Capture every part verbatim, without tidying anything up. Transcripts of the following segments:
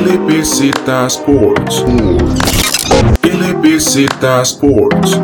L B Z Sports. L B Z Sports.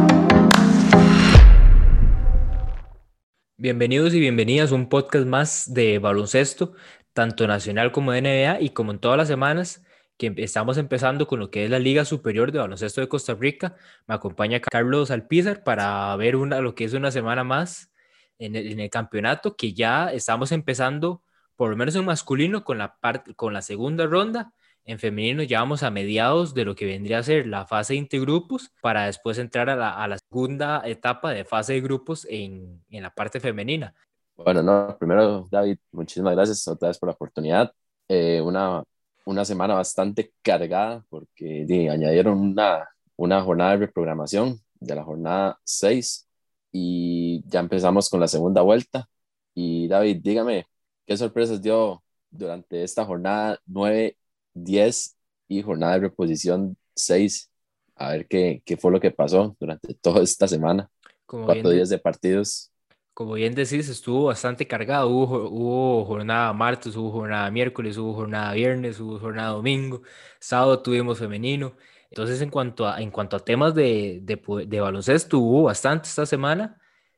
Bienvenidos y bienvenidas a un podcast más de baloncesto, tanto nacional como de N B A, y como en todas las semanas que em- estamos empezando con lo que es la Liga Superior de Baloncesto de Costa Rica. Me acompaña Carlos Alpizar para ver una, lo que es una semana más en el, en el campeonato, que ya estamos empezando, por lo menos en masculino, con la, parte, con la segunda ronda. En femenino ya vamos a mediados de lo que vendría a ser la fase de intergrupos para después entrar a la, a la segunda etapa de fase de grupos en, en la parte femenina. Bueno, no, primero, David, muchísimas gracias otra vez por la oportunidad. Eh, una, una semana bastante cargada porque di, añadieron una, una jornada de reprogramación de la jornada seis y ya empezamos con la segunda vuelta. Y David, dígame, ¿qué sorpresas dio durante esta jornada nueve, diez y jornada de reposición seis? A ver qué, qué fue lo que pasó durante toda esta semana. Como bien, Cuatro de, días de partidos. como bien decís, estuvo bastante cargado. Hubo, jo- hubo jornada martes, hubo jornada miércoles, hubo jornada viernes, hubo jornada domingo, sábado tuvimos femenino. Entonces, en cuanto a, en cuanto a temas de, de, pu- de baloncesto, hubo bastante esta semana.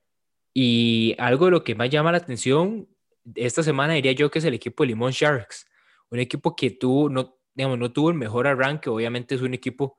Y algo de lo que más llama la atención esta semana diría yo que es el equipo de Limón Sharks, un equipo que tuvo, no, digamos, no tuvo el mejor arranque. Obviamente es un equipo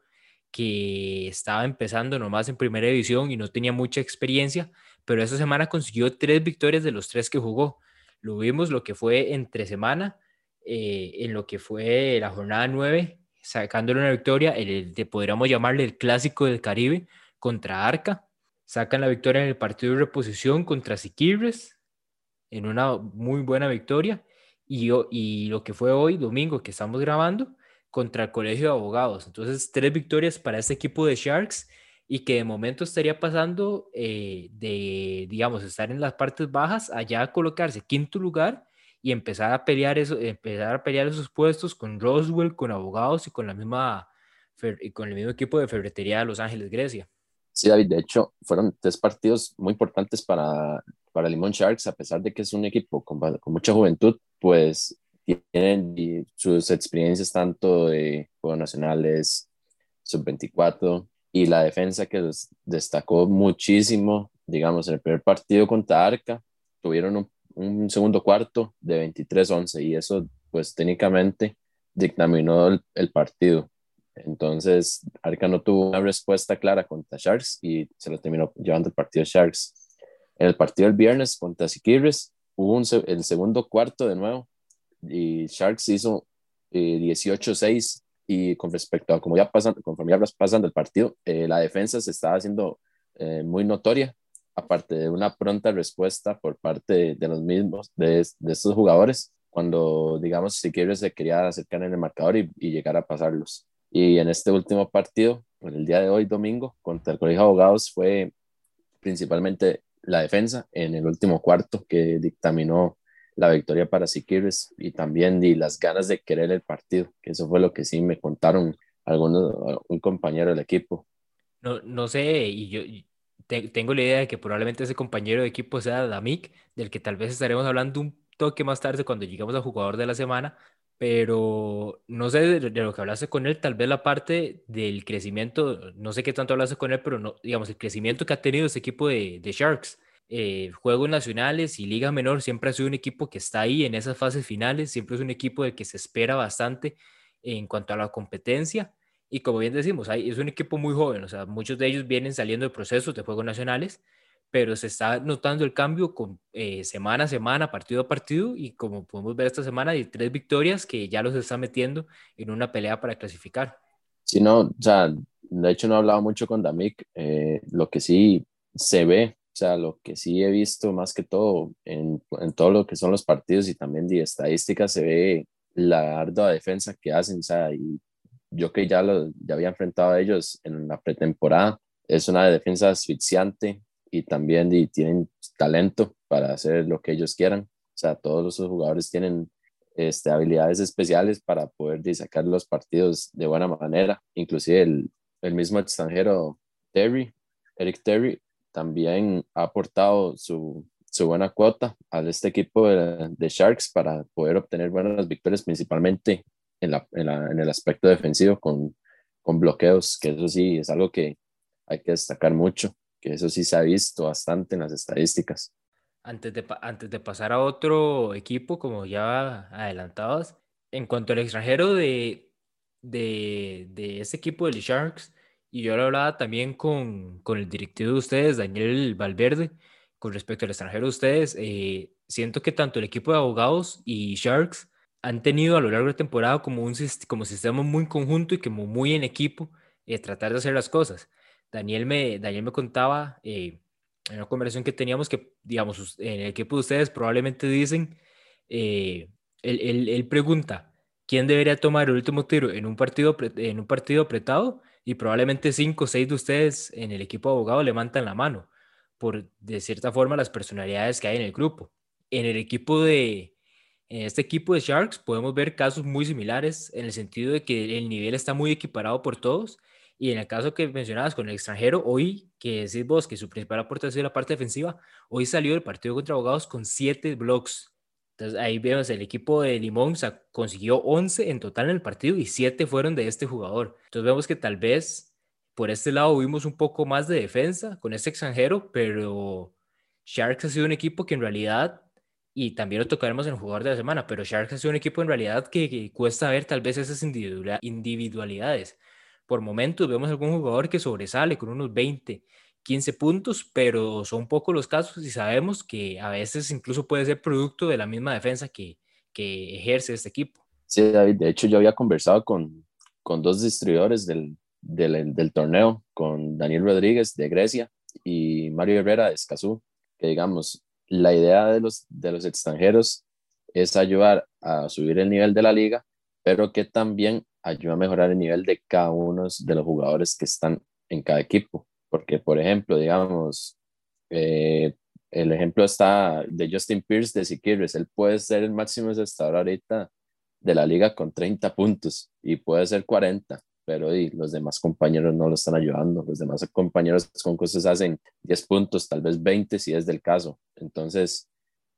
que estaba empezando nomás en primera división y no tenía mucha experiencia, pero esta semana consiguió tres victorias de los tres que jugó. Lo vimos lo que fue entre semana, eh, en lo que fue la jornada nueve, sacándole una victoria, el, de, podríamos llamarle el clásico del Caribe contra Arca. Sacan la victoria en el partido de reposición contra Siquirres, en una muy buena victoria. Y, y lo que fue hoy, domingo, que estamos grabando, contra el Colegio de Abogados. Entonces, tres victorias para este equipo de Sharks y que de momento estaría pasando eh, de, digamos, estar en las partes bajas, allá a colocarse quinto lugar y empezar a pelear eso, empezar a pelear esos puestos con Roswell, con Abogados y con la misma, y con el mismo equipo de Ferretería de Los Ángeles, Grecia. Sí, David, de hecho, fueron tres partidos muy importantes para, para Limón Sharks, a pesar de que es un equipo con, con mucha juventud, pues tienen y sus experiencias tanto de Juegos Nacionales, sub veinticuatro y la defensa que los destacó muchísimo, digamos, en el primer partido contra Arca, tuvieron un, un segundo cuarto de veintitrés once y eso, pues técnicamente dictaminó el, el partido. Entonces, Arca no tuvo una respuesta clara contra Sharks y se lo terminó llevando el partido Sharks. En el partido del viernes contra Siquirres, hubo un, el segundo cuarto de nuevo y Sharks hizo eh, dieciocho seis y con respecto a como ya pasan, conforme ya pasando el partido, eh, la defensa se estaba haciendo eh, muy notoria, aparte de una pronta respuesta por parte de, de los mismos, de, de estos jugadores, cuando, digamos, Siquirres se quería acercar en el marcador y, y llegar a pasarlos. Y en este último partido, por el día de hoy, domingo, contra el Colegio de Abogados, fue principalmente la defensa en el último cuarto que dictaminó la victoria para Siquirres y también y las ganas de querer el partido, que eso fue lo que sí me contaron algunos, un compañero del equipo. No, no sé, y yo y te- tengo la idea de que probablemente ese compañero de equipo sea Damik, del que tal vez estaremos hablando un toque más tarde cuando lleguemos al jugador de la semana, pero no sé de, de lo que hablaste con él, tal vez la parte del crecimiento, no sé qué tanto hablaste con él, pero no, digamos, el crecimiento que ha tenido ese equipo de, de Sharks, eh, juegos nacionales y liga menor, siempre ha sido un equipo que está ahí en esas fases finales, siempre es un equipo del que se espera bastante en cuanto a la competencia. Y como bien decimos, hay, es un equipo muy joven, o sea, muchos de ellos vienen saliendo de procesos de juegos nacionales, pero se está notando el cambio con, eh, semana a semana, partido a partido, y como podemos ver esta semana, hay tres victorias que ya los está metiendo en una pelea para clasificar. Si no, o sea, de hecho no he hablado mucho con Damik, eh, lo que sí se ve, o sea, lo que sí he visto más que todo en, en todo lo que son los partidos y también de estadísticas, se ve la ardua defensa que hacen, o sea, y yo que ya, lo, ya había enfrentado a ellos en la pretemporada, es una defensa asfixiante y también y tienen talento para hacer lo que ellos quieran. O sea, todos los jugadores tienen este, habilidades especiales para poder de, sacar los partidos de buena manera. Inclusive el, el mismo extranjero Terry, Eric Terry, también ha aportado su, su buena cuota a este equipo de, de Sharks para poder obtener buenas victorias, principalmente en, la, en, la, en el aspecto defensivo con, con bloqueos, que eso sí es algo que hay que destacar mucho, que eso sí se ha visto bastante en las estadísticas. Antes de, pa- antes de pasar a otro equipo, como ya adelantabas, en cuanto al extranjero de, de, de este equipo de los Sharks, y yo lo hablaba también con, con el directivo de ustedes, Daniel Valverde, con respecto al extranjero de ustedes, eh, siento que tanto el equipo de abogados y Sharks han tenido a lo largo de la temporada como un sis- como sistema muy conjunto y como muy en equipo, eh, tratar de hacer las cosas. Daniel me, Daniel me contaba... eh, en una conversación que teníamos que, digamos, en el equipo de ustedes probablemente dicen, eh, él, él, él pregunta, ¿quién debería tomar el último tiro en un partido, en un partido apretado? Y probablemente cinco o seis de ustedes en el equipo de abogado levantan la mano, por de cierta forma las personalidades que hay en el grupo. En el equipo de, en este equipo de Sharks podemos ver casos muy similares en el sentido de que el nivel está muy equiparado por todos y en el caso que mencionabas con el extranjero, hoy, que decís vos que su principal aporte ha sido la parte defensiva, hoy salió del partido contra Abogados con siete blocks. Entonces ahí vemos el equipo de Limón consiguió once en total en el partido y siete fueron de este jugador. Entonces vemos que tal vez por este lado vimos un poco más de defensa con este extranjero, pero Sharks ha sido un equipo que en realidad, y también lo tocaremos en el jugador de la semana, pero Sharks ha sido un equipo en realidad que, que cuesta ver tal vez esas individualidades. Por momentos vemos algún jugador que sobresale con unos veinte, quince puntos, pero son pocos los casos y sabemos que a veces incluso puede ser producto de la misma defensa que, que ejerce este equipo. Sí, David, de hecho yo había conversado con, con dos distribuidores del, del, del torneo, con Daniel Rodríguez de Grecia y Mario Herrera de Escazú, que digamos, la idea de los, de los extranjeros es ayudar a subir el nivel de la liga, pero que también ayuda a mejorar el nivel de cada uno de los jugadores que están en cada equipo. Porque, por ejemplo, digamos, eh, el ejemplo está de Justin Pierce de Siquirres, él puede ser el máximo encestador ahorita de la liga con treinta puntos y puede ser cuarenta, pero y, los demás compañeros no lo están ayudando. Los demás compañeros con cosas hacen diez puntos, tal vez veinte si es del caso. Entonces,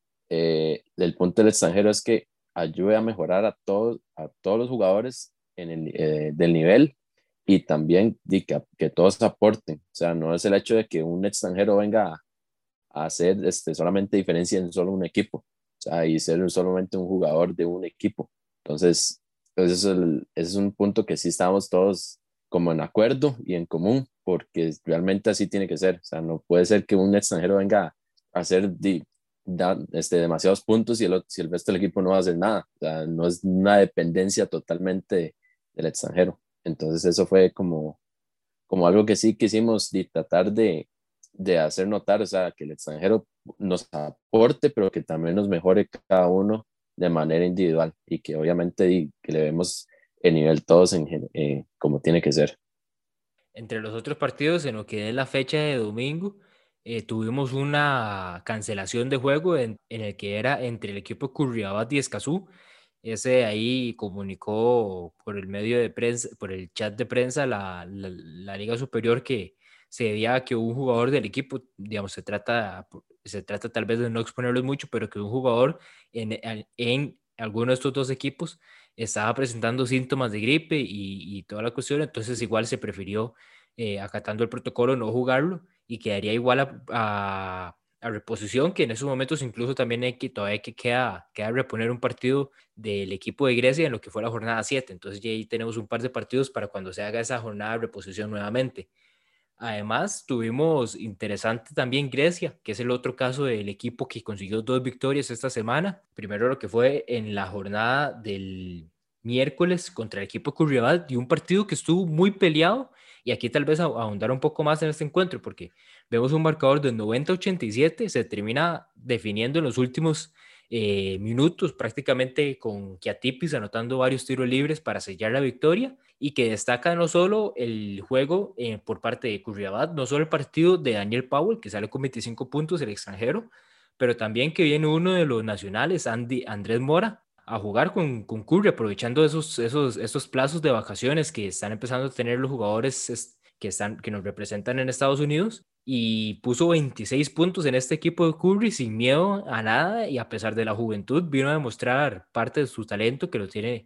eh, el punto del extranjero es que ayude a mejorar a todos, a todos los jugadores en el, eh, del nivel y también di, que, que todos aporten. O sea, no es el hecho de que un extranjero venga a, a hacer este, solamente diferencia en solo un equipo, o sea, y ser solamente un jugador de un equipo. Entonces, pues eso es, el, ese es un punto que sí estamos todos como en acuerdo y en común, porque realmente así tiene que ser. O sea, no puede ser que un extranjero venga a hacer di, da, este, demasiados puntos y el, si el resto del equipo no va a hacer nada. O sea, no es una dependencia totalmente del extranjero. Entonces, eso fue como, como algo que sí quisimos di, tratar de, de hacer notar, o sea, que el extranjero nos aporte, pero que también nos mejore cada uno de manera individual y que obviamente di, que le vemos el nivel todos en, eh, como tiene que ser. Entre los otros partidos, en lo que es la fecha de domingo, eh, tuvimos una cancelación de juego en, en el que era entre el equipo Curriabat y Escazú. Ese ahí comunicó por el medio de prensa, por el chat de prensa, la, la, la Liga Superior que se debía a que un jugador del equipo, digamos, se trata, se trata tal vez de no exponerlos mucho, pero que un jugador en, en, en alguno de estos dos equipos estaba presentando síntomas de gripe y, y toda la cuestión, entonces igual se prefirió, eh, acatando el protocolo, no jugarlo y quedaría igual a, a, a reposición, que en esos momentos incluso también hay que, todavía hay que queda, queda reponer un partido del equipo de Grecia en lo que fue la jornada siete, entonces ya ahí tenemos un par de partidos para cuando se haga esa jornada de reposición nuevamente. Además, tuvimos interesante también Grecia, que es el otro caso del equipo que consiguió dos victorias esta semana. Primero lo que fue en la jornada del miércoles contra el equipo Curriabat y un partido que estuvo muy peleado. Y aquí tal vez ahondar un poco más en este encuentro, porque vemos un marcador de noventa a ochenta y siete, se termina definiendo en los últimos eh, minutos, prácticamente con Kiatipis anotando varios tiros libres para sellar la victoria y que destaca no solo el juego eh, por parte de Curriabat, no solo el partido de Daniel Powell, que sale con veinticinco puntos, el extranjero, pero también que viene uno de los nacionales, Andy, Andrés Mora, a jugar con, con Curry, aprovechando esos, esos, esos plazos de vacaciones que están empezando a tener los jugadores que, están, que nos representan en Estados Unidos, y puso veintiséis puntos en este equipo de Curry sin miedo a nada y a pesar de la juventud vino a demostrar parte de su talento que lo tiene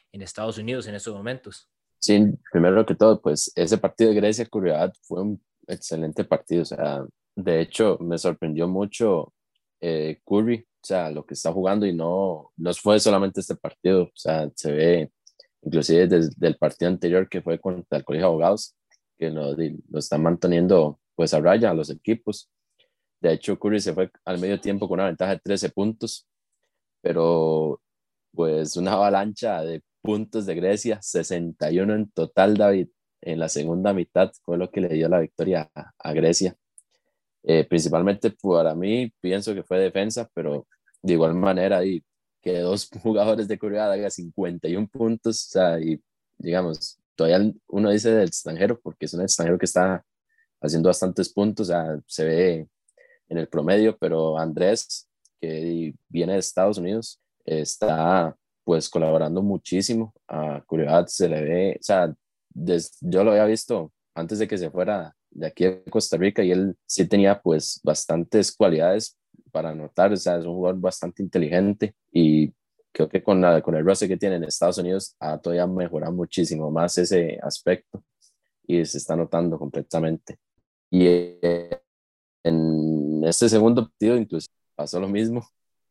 en Estados Unidos en estos momentos. Sí, primero que todo, pues ese partido de Grecia-Curiosidad fue un excelente partido. O sea, de hecho, me sorprendió mucho eh, Curry, o sea, lo que está jugando y no, no fue solamente este partido. O sea, se ve inclusive desde el partido anterior que fue contra el Colegio de Abogados, que lo, lo están manteniendo pues a raya a los equipos. De hecho, Curry se fue al medio tiempo con una ventaja de trece puntos, pero pues una avalancha de puntos de Grecia, sesenta y uno en total, David, en la segunda mitad fue lo que le dio la victoria a, a Grecia. Eh, principalmente para mí, pienso que fue defensa, pero de igual manera, y que dos jugadores de Corea hagan cincuenta y uno puntos, o sea, y digamos, todavía uno dice del extranjero, porque es un extranjero que está haciendo bastantes puntos, o sea, se ve en el promedio, pero Andrés, que viene de Estados Unidos, está pues colaborando muchísimo. A Curiosidad se le ve, o sea, des, yo lo había visto antes de que se fuera de aquí a Costa Rica y él sí tenía pues bastantes cualidades para anotar, o sea, es un jugador bastante inteligente y creo que con, la, con el roster que tiene en Estados Unidos ha todavía mejorado muchísimo más ese aspecto y se está notando completamente. Y eh, en este segundo partido incluso pasó lo mismo,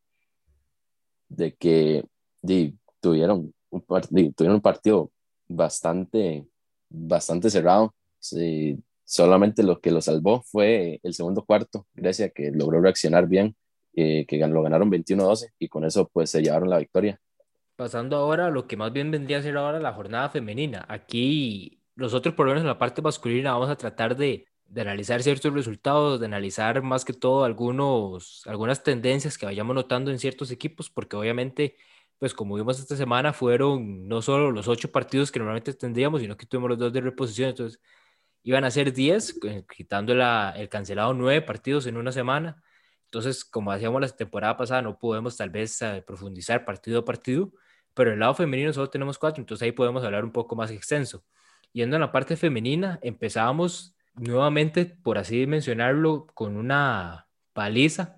de que de, tuvieron, un de, tuvieron un partido bastante, bastante cerrado. Sí, solamente lo que lo salvó fue el segundo cuarto, Grecia, que logró reaccionar bien, eh, que lo ganaron veintiuno a doce y con eso pues se llevaron la victoria. Pasando ahora a lo que más bien vendría a ser ahora la jornada femenina. Aquí nosotros por lo menos en la parte masculina vamos a tratar de, de analizar ciertos resultados, de analizar más que todo algunos, algunas tendencias que vayamos notando en ciertos equipos, porque obviamente, pues como vimos esta semana, fueron no solo los ocho partidos que normalmente tendríamos, sino que tuvimos los dos de reposición, entonces iban a ser diez, eh, quitando la, el cancelado nueve partidos en una semana. Entonces, como hacíamos la temporada pasada, no podemos tal vez eh, profundizar partido a partido, pero en el lado femenino solo tenemos cuatro, entonces ahí podemos hablar un poco más extenso. Yendo en la parte femenina, empezábamos nuevamente, por así mencionarlo, con una paliza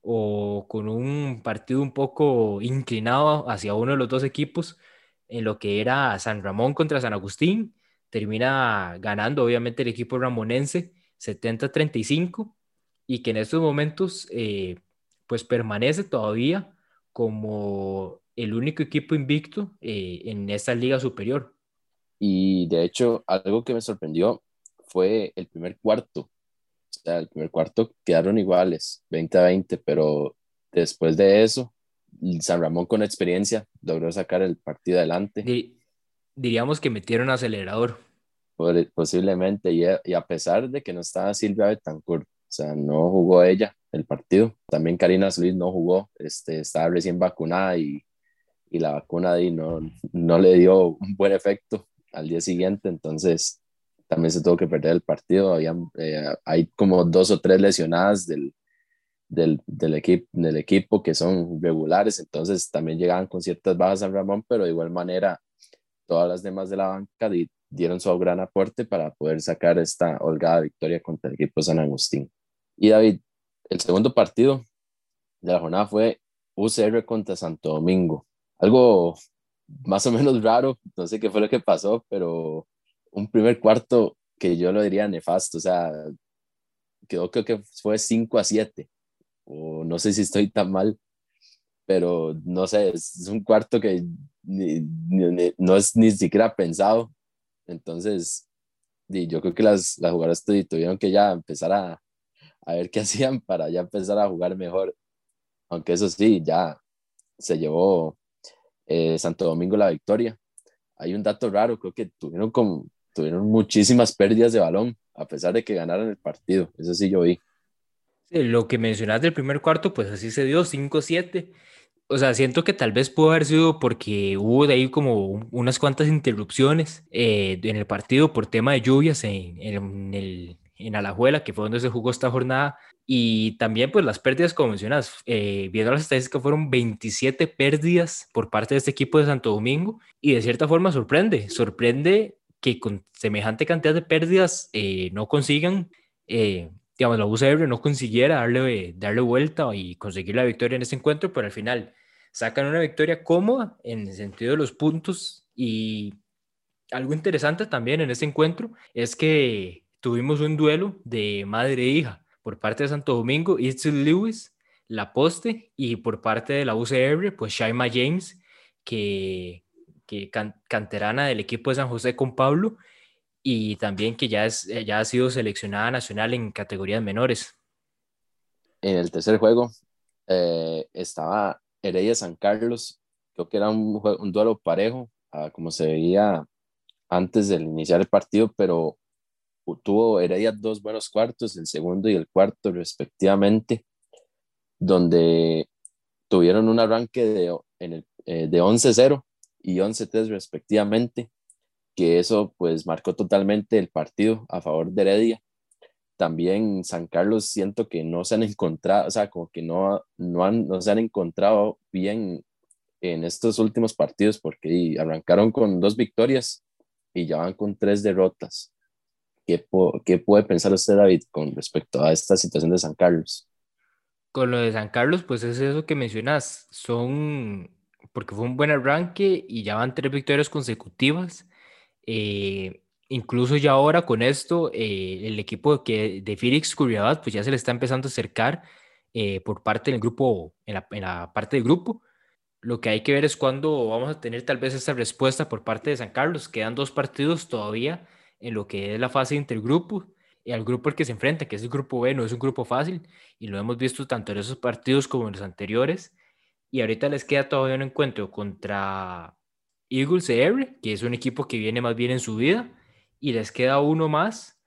o con un partido un poco inclinado hacia uno de los dos equipos, en lo que era San Ramón contra San Agustín. Termina ganando obviamente el equipo ramonense setenta a treinta y cinco y que en estos momentos eh, pues permanece todavía como el único equipo invicto eh, en esta liga superior. Y de hecho, algo que me sorprendió fue el primer cuarto. O sea, el primer cuarto quedaron iguales, veinte a veinte, pero después de eso, San Ramón con experiencia logró sacar el partido adelante. Di- diríamos que metieron acelerador. Posiblemente, y a, y a pesar de que no estaba Silvia Betancourt, o sea, no jugó ella el partido, también Karina Solís no jugó, este, estaba recién vacunada y, y la vacuna ahí no, no le dio un buen efecto al día siguiente, entonces también se tuvo que perder el partido. Habían, eh, hay como dos o tres lesionadas del, del, del, equipo, del equipo que son regulares, entonces también llegaban con ciertas bajas San Ramón, pero de igual manera todas las demás de la banca di, dieron su gran aporte para poder sacar esta holgada victoria contra el equipo San Agustín. Y David, el segundo partido de la jornada fue U C R contra Santo Domingo. Algo más o menos raro, no sé qué fue lo que pasó, pero un primer cuarto que yo lo diría nefasto, o sea, quedó creo que fue cinco a siete, o no sé si estoy tan mal, pero no sé, es un cuarto que ni, ni, no es ni siquiera pensado. Entonces, y yo creo que las, las jugadoras tuvieron que ya empezar a, a ver qué hacían para ya empezar a jugar mejor. Aunque eso sí, ya se llevó eh, Santo Domingo la victoria. Hay un dato raro, creo que tuvieron, como, tuvieron muchísimas pérdidas de balón, a pesar de que ganaron el partido. Eso sí yo vi. Sí, lo que mencionaste del primer cuarto, pues así se dio, cinco siete. O sea, siento que tal vez pudo haber sido porque hubo de ahí como un- unas cuantas interrupciones eh, en el partido por tema de lluvias en, en el, en Alajuela, que fue donde se jugó esta jornada. Y también pues las pérdidas, como mencionas, eh, viendo las estadísticas, fueron veintisiete pérdidas por parte de este equipo de Santo Domingo. Y de cierta forma sorprende, sorprende que con semejante cantidad de pérdidas eh, no consigan... eh, digamos, la U C R no consiguiera darle, darle vuelta y conseguir la victoria en este encuentro, pero al final sacan una victoria cómoda en el sentido de los puntos. Y algo interesante también en este encuentro es que tuvimos un duelo de madre e hija por parte de Santo Domingo, Itzel Lewis, la poste, y por parte de la U C R, pues Shaima James, que, que can, canterana del equipo de San José con Pablo, y también que ya, es, ya ha sido seleccionada nacional en categorías menores. En el tercer juego eh, estaba Heredia San Carlos. Creo que era un, un duelo parejo, uh, como se veía antes de iniciar el partido, pero tuvo Heredia dos buenos cuartos, el segundo y el cuarto respectivamente, donde tuvieron un arranque de, en el, eh, de once cero y once tres respectivamente, que eso pues marcó totalmente el partido a favor de Heredia. También San Carlos siento que no se han encontrado, o sea, como que no, no, han, no se han encontrado bien en estos últimos partidos porque arrancaron con dos victorias y ya van con tres derrotas. ¿Qué, po ¿Qué puede pensar usted, David, con respecto a esta situación de San Carlos? Con lo de San Carlos, pues es eso que mencionas, son, porque fue un buen arranque y ya van tres victorias consecutivas. Eh, incluso ya ahora con esto, eh, el equipo que, de Phoenix Curriabat, pues ya se le está empezando a acercar eh, por parte del grupo, en la, en la parte del grupo. Lo que hay que ver es cuándo vamos a tener tal vez esta respuesta por parte de San Carlos. Quedan dos partidos todavía en lo que es la fase de intergrupo, y al grupo al que se enfrenta, que es el grupo B, no es un grupo fácil, y lo hemos visto tanto en esos partidos como en los anteriores. Y ahorita les queda todavía un encuentro contra Eagles C R, que es un equipo que viene más bien en su vida, y les queda uno más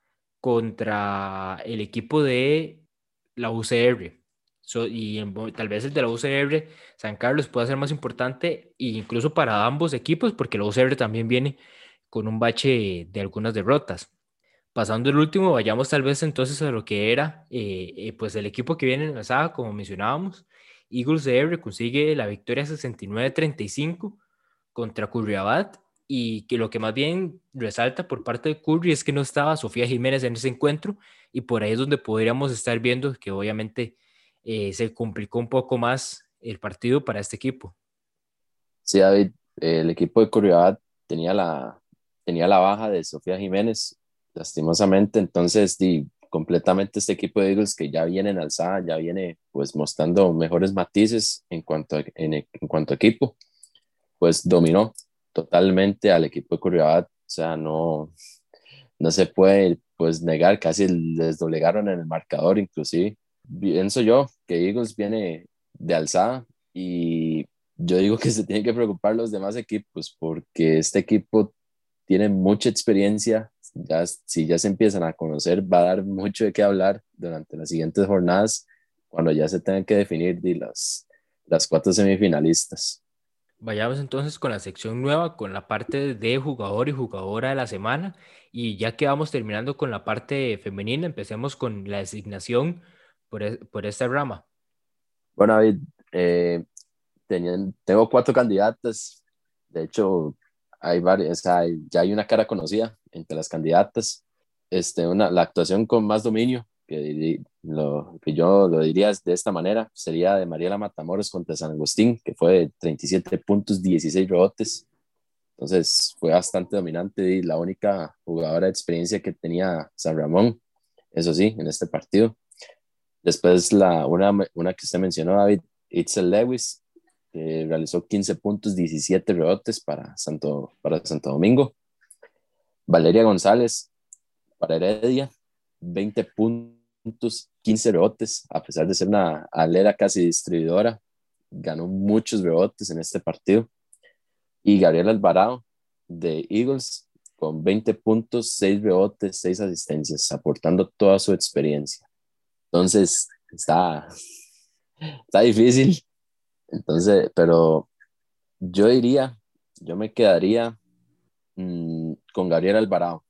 contra el equipo de la U C R. So, y en, tal vez el de la U C R San Carlos pueda ser más importante, e incluso para ambos equipos, porque la U C R también viene con un bache de algunas derrotas. Pasando el último, vayamos tal vez entonces a lo que era eh, eh, pues el equipo que viene en la saga, como mencionábamos. Eagles C R consigue la victoria sesenta y nueve a treinta y cinco contra Curriabat, y que lo que más bien resalta por parte de Curry es que no estaba Sofía Jiménez en ese encuentro, y por ahí es donde podríamos estar viendo que obviamente eh, se complicó un poco más el partido para este equipo. Sí, David, el equipo de Curriabat tenía la, tenía la baja de Sofía Jiménez, lastimosamente, entonces di, completamente este equipo de Eagles que ya viene en alzada, ya viene pues mostrando mejores matices en cuanto a, en, en cuanto a equipo, pues dominó totalmente al equipo de Curriabat, o sea, no, no se puede pues negar, casi les doblegaron en el marcador inclusive. Pienso yo que Eagles viene de alzada y yo digo que se tienen que preocupar los demás equipos porque este equipo tiene mucha experiencia, ya, si ya se empiezan a conocer va a dar mucho de qué hablar durante las siguientes jornadas cuando ya se tengan que definir de las, las cuatro semifinalistas. Vayamos entonces con la sección nueva, con la parte de jugador y jugadora de la semana. Y ya que vamos terminando con la parte femenina, empecemos con la designación por, e- por esta rama. Bueno, David, eh, tenían, tengo cuatro candidatas. De hecho, hay varias, o sea, hay- ya hay una cara conocida entre las candidatas. Este, una, la actuación con más dominio, que, diri- lo, que yo lo diría es de esta manera, sería de Mariela Matamoros contra San Agustín, que fue de treinta y siete puntos, dieciséis rebotes. Entonces fue bastante dominante y la única jugadora de experiencia que tenía San Ramón, eso sí, en este partido. Después la, una, una que usted mencionó, David, Itzel Lewis, que realizó quince puntos, diecisiete rebotes para Santo, para Santo Domingo. Valeria González para Heredia, veinte puntos, quince rebotes, a pesar de ser una alera casi distribuidora, ganó muchos rebotes en este partido. Y Gabriel Alvarado de Eagles con veinte puntos, seis rebotes, seis asistencias, aportando toda su experiencia. Entonces, está, está difícil. Entonces, pero yo diría, yo me quedaría mmm, con Gabriel Alvarado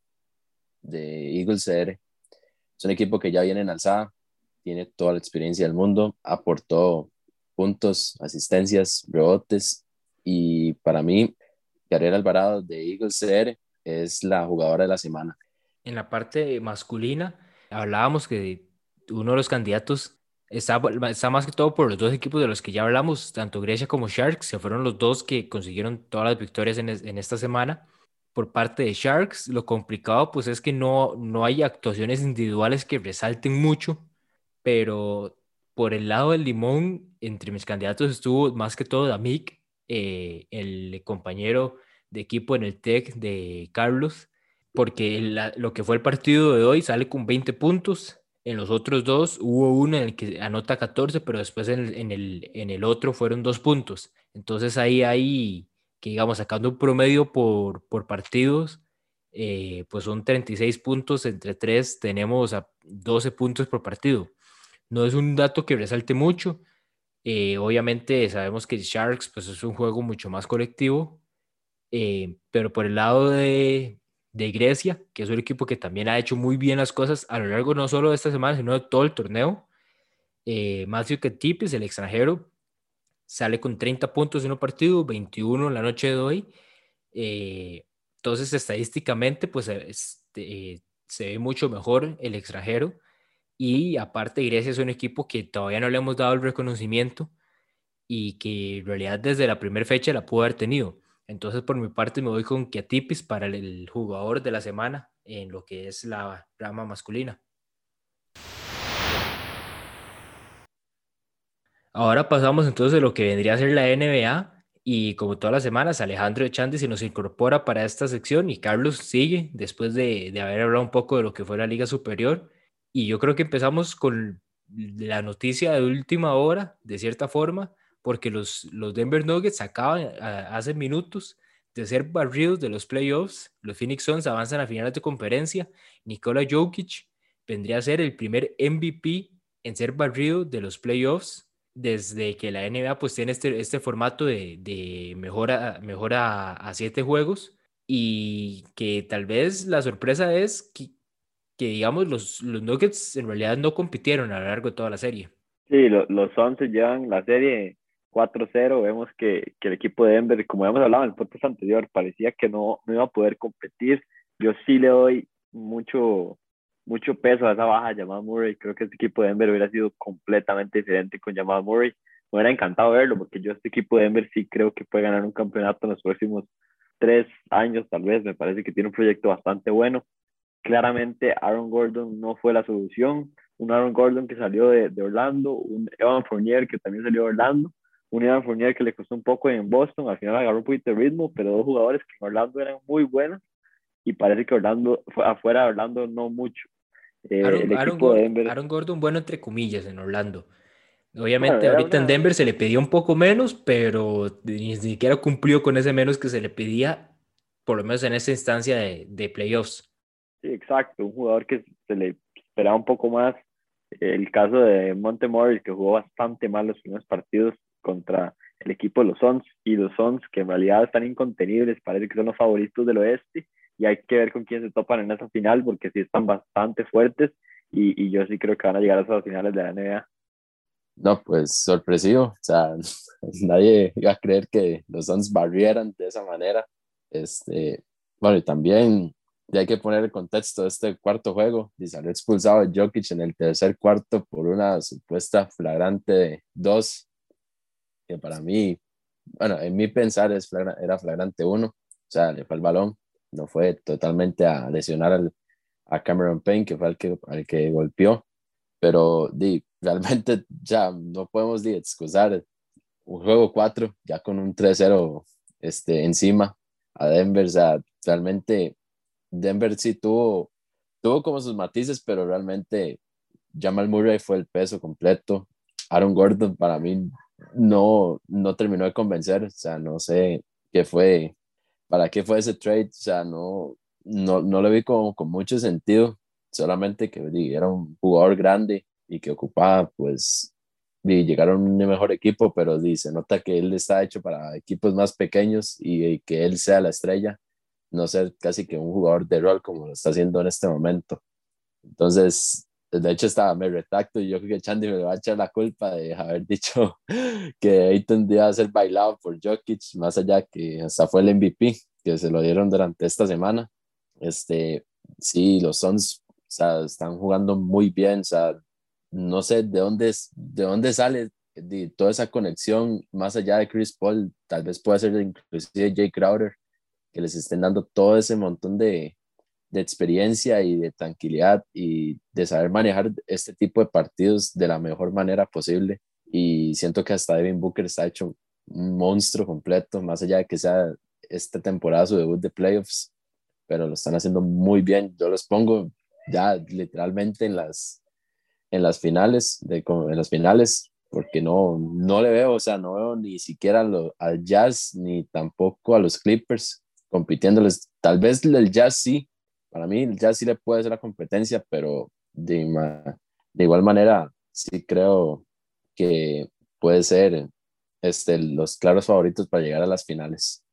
de Eagles C R. Es un equipo que ya viene en alzada, tiene toda la experiencia del mundo, aportó puntos, asistencias, rebotes y para mí, Gabriel Alvarado de Eagles C R es la jugadora de la semana. En la parte masculina, hablábamos que uno de los candidatos Está, está más que todo por los dos equipos de los que ya hablamos, tanto Grecia como Sharks, se fueron los dos que consiguieron todas las victorias en, es- en esta semana. Por parte de Sharks, lo complicado pues es que no, no hay actuaciones individuales que resalten mucho, pero por el lado del limón, entre mis candidatos estuvo más que todo Damik, eh, el compañero de equipo en el Tec de Carlos, porque la- lo que fue el partido de hoy sale con veinte puntos. En los otros dos hubo uno en el que anota catorce, pero después en el, en el, en el otro fueron dos puntos. Entonces ahí hay, que digamos, sacando un promedio por, por partidos, eh, pues son treinta y seis puntos entre tres, tenemos a doce puntos por partido. No es un dato que resalte mucho. Eh, obviamente sabemos que Sharks pues, es un juego mucho más colectivo, eh, pero por el lado de, de Grecia, que es un equipo que también ha hecho muy bien las cosas a lo largo no solo de esta semana, sino de todo el torneo, eh, Matthew Ketipis, el extranjero, sale con treinta puntos en un partido, veintiuno en la noche de hoy. Eh, entonces, estadísticamente, pues este, eh, se ve mucho mejor el extranjero. Y aparte, Grecia es un equipo que todavía no le hemos dado el reconocimiento y que en realidad desde la primera fecha la pudo haber tenido. Entonces, por mi parte, me voy con Kiatipis para el, el jugador de la semana en lo que es la rama masculina. Ahora pasamos entonces de lo que vendría a ser la N B A y como todas las semanas, Alejandro Echandi se nos incorpora para esta sección y Carlos sigue después de, de haber hablado un poco de lo que fue la Liga Superior. Y yo creo que empezamos con la noticia de última hora, de cierta forma, porque los, los Denver Nuggets acaban a- hace minutos de ser barridos de los playoffs. Los Phoenix Suns avanzan a finales de conferencia. Nikola Jokic vendría a ser el primer M V P en ser barrido de los playoffs desde que la N B A pues tiene este, este formato de, de mejora, mejora a siete juegos y que tal vez la sorpresa es que, que digamos los, los Nuggets en realidad no compitieron a lo largo de toda la serie. Sí, lo- los Suns llevan la serie cuatro cero. Vemos que, que el equipo de Denver, como hemos hablado en el podcast anterior, parecía que no, no iba a poder competir. Yo sí le doy mucho, mucho peso a esa baja de Jamal Murray. Creo que este equipo de Denver hubiera sido completamente diferente con Jamal Murray. Me hubiera encantado verlo, porque yo este equipo de Denver sí creo que puede ganar un campeonato en los próximos tres años, tal vez. Me parece que tiene un proyecto bastante bueno. Claramente Aaron Gordon no fue la solución. Un Aaron Gordon que salió de, de Orlando, un Evan Fournier que también salió de Orlando, un Evan Fournier que le costó un poco en Boston, al final agarró un poquito de ritmo, pero dos jugadores que en Orlando eran muy buenos y parece que Orlando, afuera de Orlando no mucho. Eh, Aaron, el Aaron, equipo de Gordon, Denver, Aaron Gordon, bueno, entre comillas, en Orlando. bueno, Obviamente era ahorita en una, Denver se le pedía un poco menos, pero ni siquiera cumplió con ese menos que se le pedía, por lo menos en esa instancia de, de playoffs. sí, exacto, un jugador que se le esperaba un poco más. El caso de Montemorris, que jugó bastante mal los primeros partidos contra el equipo de los Suns, y los Suns, que en realidad están incontenibles, parece que son los favoritos del oeste, y hay que ver con quién se topan en esa final, porque sí están bastante fuertes, y, y yo sí creo que van a llegar a esas finales de la N B A. No, pues sorpresivo, o sea, nadie iba a creer que los Suns barrieran de esa manera. Este, bueno, y también ya hay que poner el contexto de este cuarto juego, y salió expulsado Jokic en el tercer cuarto por una supuesta flagrante de dos, que para mí, bueno, en mi pensar es flagra- era flagrante uno, o sea, le fue el balón, no fue totalmente a lesionar al, a Cameron Payne, que fue el que, al que golpeó, pero di, realmente ya no podemos di, excusar un juego cuatro ya con un tres cero este, encima a Denver. O sea, realmente Denver sí tuvo, tuvo como sus matices, pero realmente Jamal Murray fue el peso completo. Aaron Gordon para mí no, no terminó de convencer, o sea, no sé qué fue, para qué fue ese trade, o sea, no, no, no lo vi como con mucho sentido, solamente que di, era un jugador grande y que ocupaba pues y llegaron a un mejor equipo, pero di, se nota que él está hecho para equipos más pequeños y, y que él sea la estrella, no ser casi que un jugador de rol como lo está haciendo en este momento. Entonces, de hecho, estaba, me retracto y yo creo que Chandy me va a echar la culpa de haber dicho que Ayton iba ser bailado por Jokic, más allá que hasta fue el M V P que se lo dieron durante esta semana. Este, sí, los Suns, o sea, están jugando muy bien, o sea, no sé de dónde, es, de dónde sale de toda esa conexión más allá de Chris Paul, tal vez pueda ser inclusive Jay Crowder, que les estén dando todo ese montón de, de experiencia y de tranquilidad y de saber manejar este tipo de partidos de la mejor manera posible. Y siento que hasta Devin Booker está hecho un monstruo completo, más allá de que sea esta temporada su debut de playoffs, pero lo están haciendo muy bien. Yo los pongo ya literalmente en las, en las finales, de, en las finales, porque no, no le veo, o sea, no veo ni siquiera lo, al Jazz ni tampoco a los Clippers compitiéndoles. Tal vez el Jazz sí, para mí el Jazz sí le puede hacer la competencia, pero de, de igual manera sí creo que puede ser este, los claros favoritos para llegar a las finales.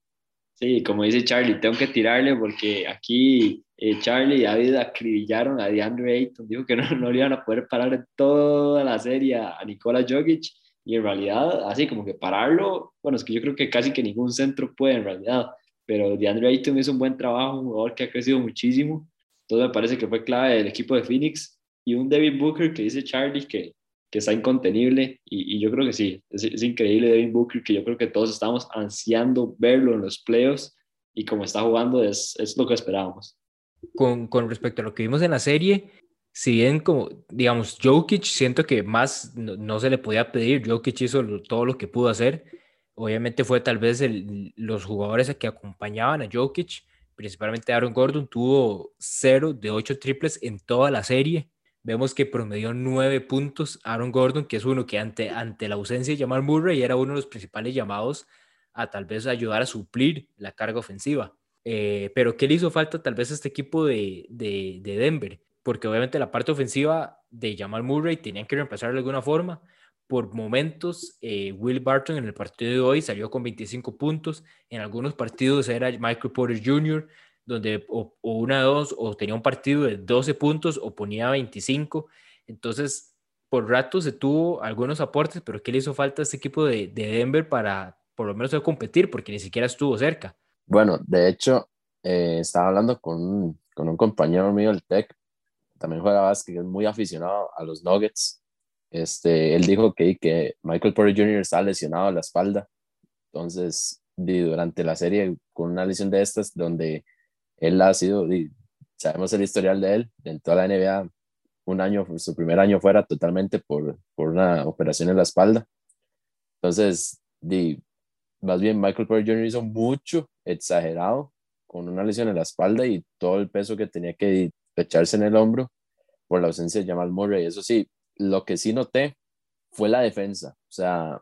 Sí, como dice Charlie, tengo que tirarle porque aquí eh, Charlie y David acribillaron a DeAndre Ayton, dijo que no, no le iban a poder parar en toda la serie a Nikola Jokic y en realidad así como que pararlo, bueno, es que yo creo que casi que ningún centro puede en realidad, pero DeAndre Ayton hizo un buen trabajo, un jugador que ha crecido muchísimo, entonces me parece que fue clave del equipo de Phoenix y un Devin Booker que dice Charlie que que está incontenible y, y yo creo que sí, es, es increíble Devin Booker, que yo creo que todos estamos ansiando verlo en los playoffs y como está jugando es, es lo que esperábamos. Con, con respecto a lo que vimos en la serie, si bien como, digamos, Jokic, siento que más no, no se le podía pedir, Jokic hizo lo, todo lo que pudo hacer, obviamente fue tal vez el, los jugadores que acompañaban a Jokic, principalmente Aaron Gordon, tuvo cero de ocho triples en toda la serie. Vemos que promedió nueve puntos Aaron Gordon, que es uno que ante, ante la ausencia de Jamal Murray era uno de los principales llamados a tal vez ayudar a suplir la carga ofensiva. Eh, pero ¿qué le hizo falta tal vez a este equipo de, de, de Denver? Porque obviamente la parte ofensiva de Jamal Murray tenían que reemplazar de alguna forma. Por momentos, eh, Will Barton en el partido de hoy salió con veinticinco puntos. En algunos partidos era Michael Porter junior, donde o, o una de dos, o tenía un partido de doce puntos o ponía veinticinco. Entonces, por rato se tuvo algunos aportes, pero ¿qué le hizo falta a este equipo de, de Denver para por lo menos competir? Porque ni siquiera estuvo cerca. Bueno, de hecho, eh, estaba hablando con un, con un compañero mío del Tech, también juega básquet, que es muy aficionado a los Nuggets. Este, él dijo que, que Michael Porter junior estaba lesionado a la espalda, entonces di, durante la serie con una lesión de estas, donde él ha sido, di, sabemos el historial de él, en toda la N B A, un año, su primer año fuera totalmente por, por una operación en la espalda. Entonces, di, más bien Michael Porter junior hizo mucho, exagerado, con una lesión en la espalda y todo el peso que tenía que echarse en el hombro por la ausencia de Jamal Murray. Eso sí, lo que sí noté fue la defensa. O sea,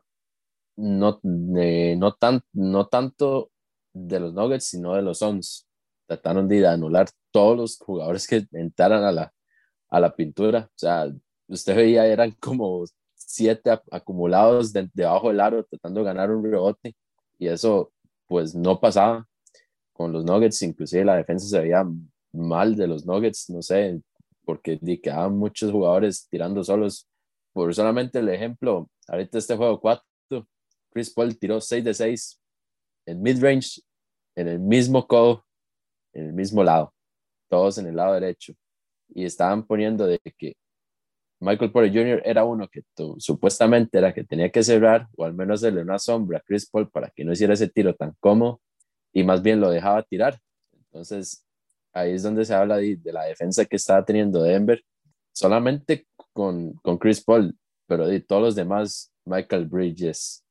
no, eh, no, tan, no tanto de los Nuggets, sino de los Suns. Trataron de anular todos los jugadores que entraran a la, a la pintura. O sea, usted veía, eran como siete acumulados de, debajo del aro tratando de ganar un rebote y eso pues no pasaba con los Nuggets. Inclusive la defensa se veía mal de los Nuggets, no sé, porque quedaban muchos jugadores tirando solos. Por solamente el ejemplo, ahorita este juego cuatro, Chris Paul tiró seis de seis en mid-range, en el mismo codo, en el mismo lado, todos en el lado derecho. Y estaban poniendo de que Michael Porter junior era uno que tu, supuestamente era que tenía que cerrar o al menos hacerle una sombra a Chris Paul para que no hiciera ese tiro tan cómodo y más bien lo dejaba tirar. Entonces ahí es donde se habla de, de la defensa que estaba teniendo Denver, solamente con, con Chris Paul, pero de todos los demás, Michael Bridges,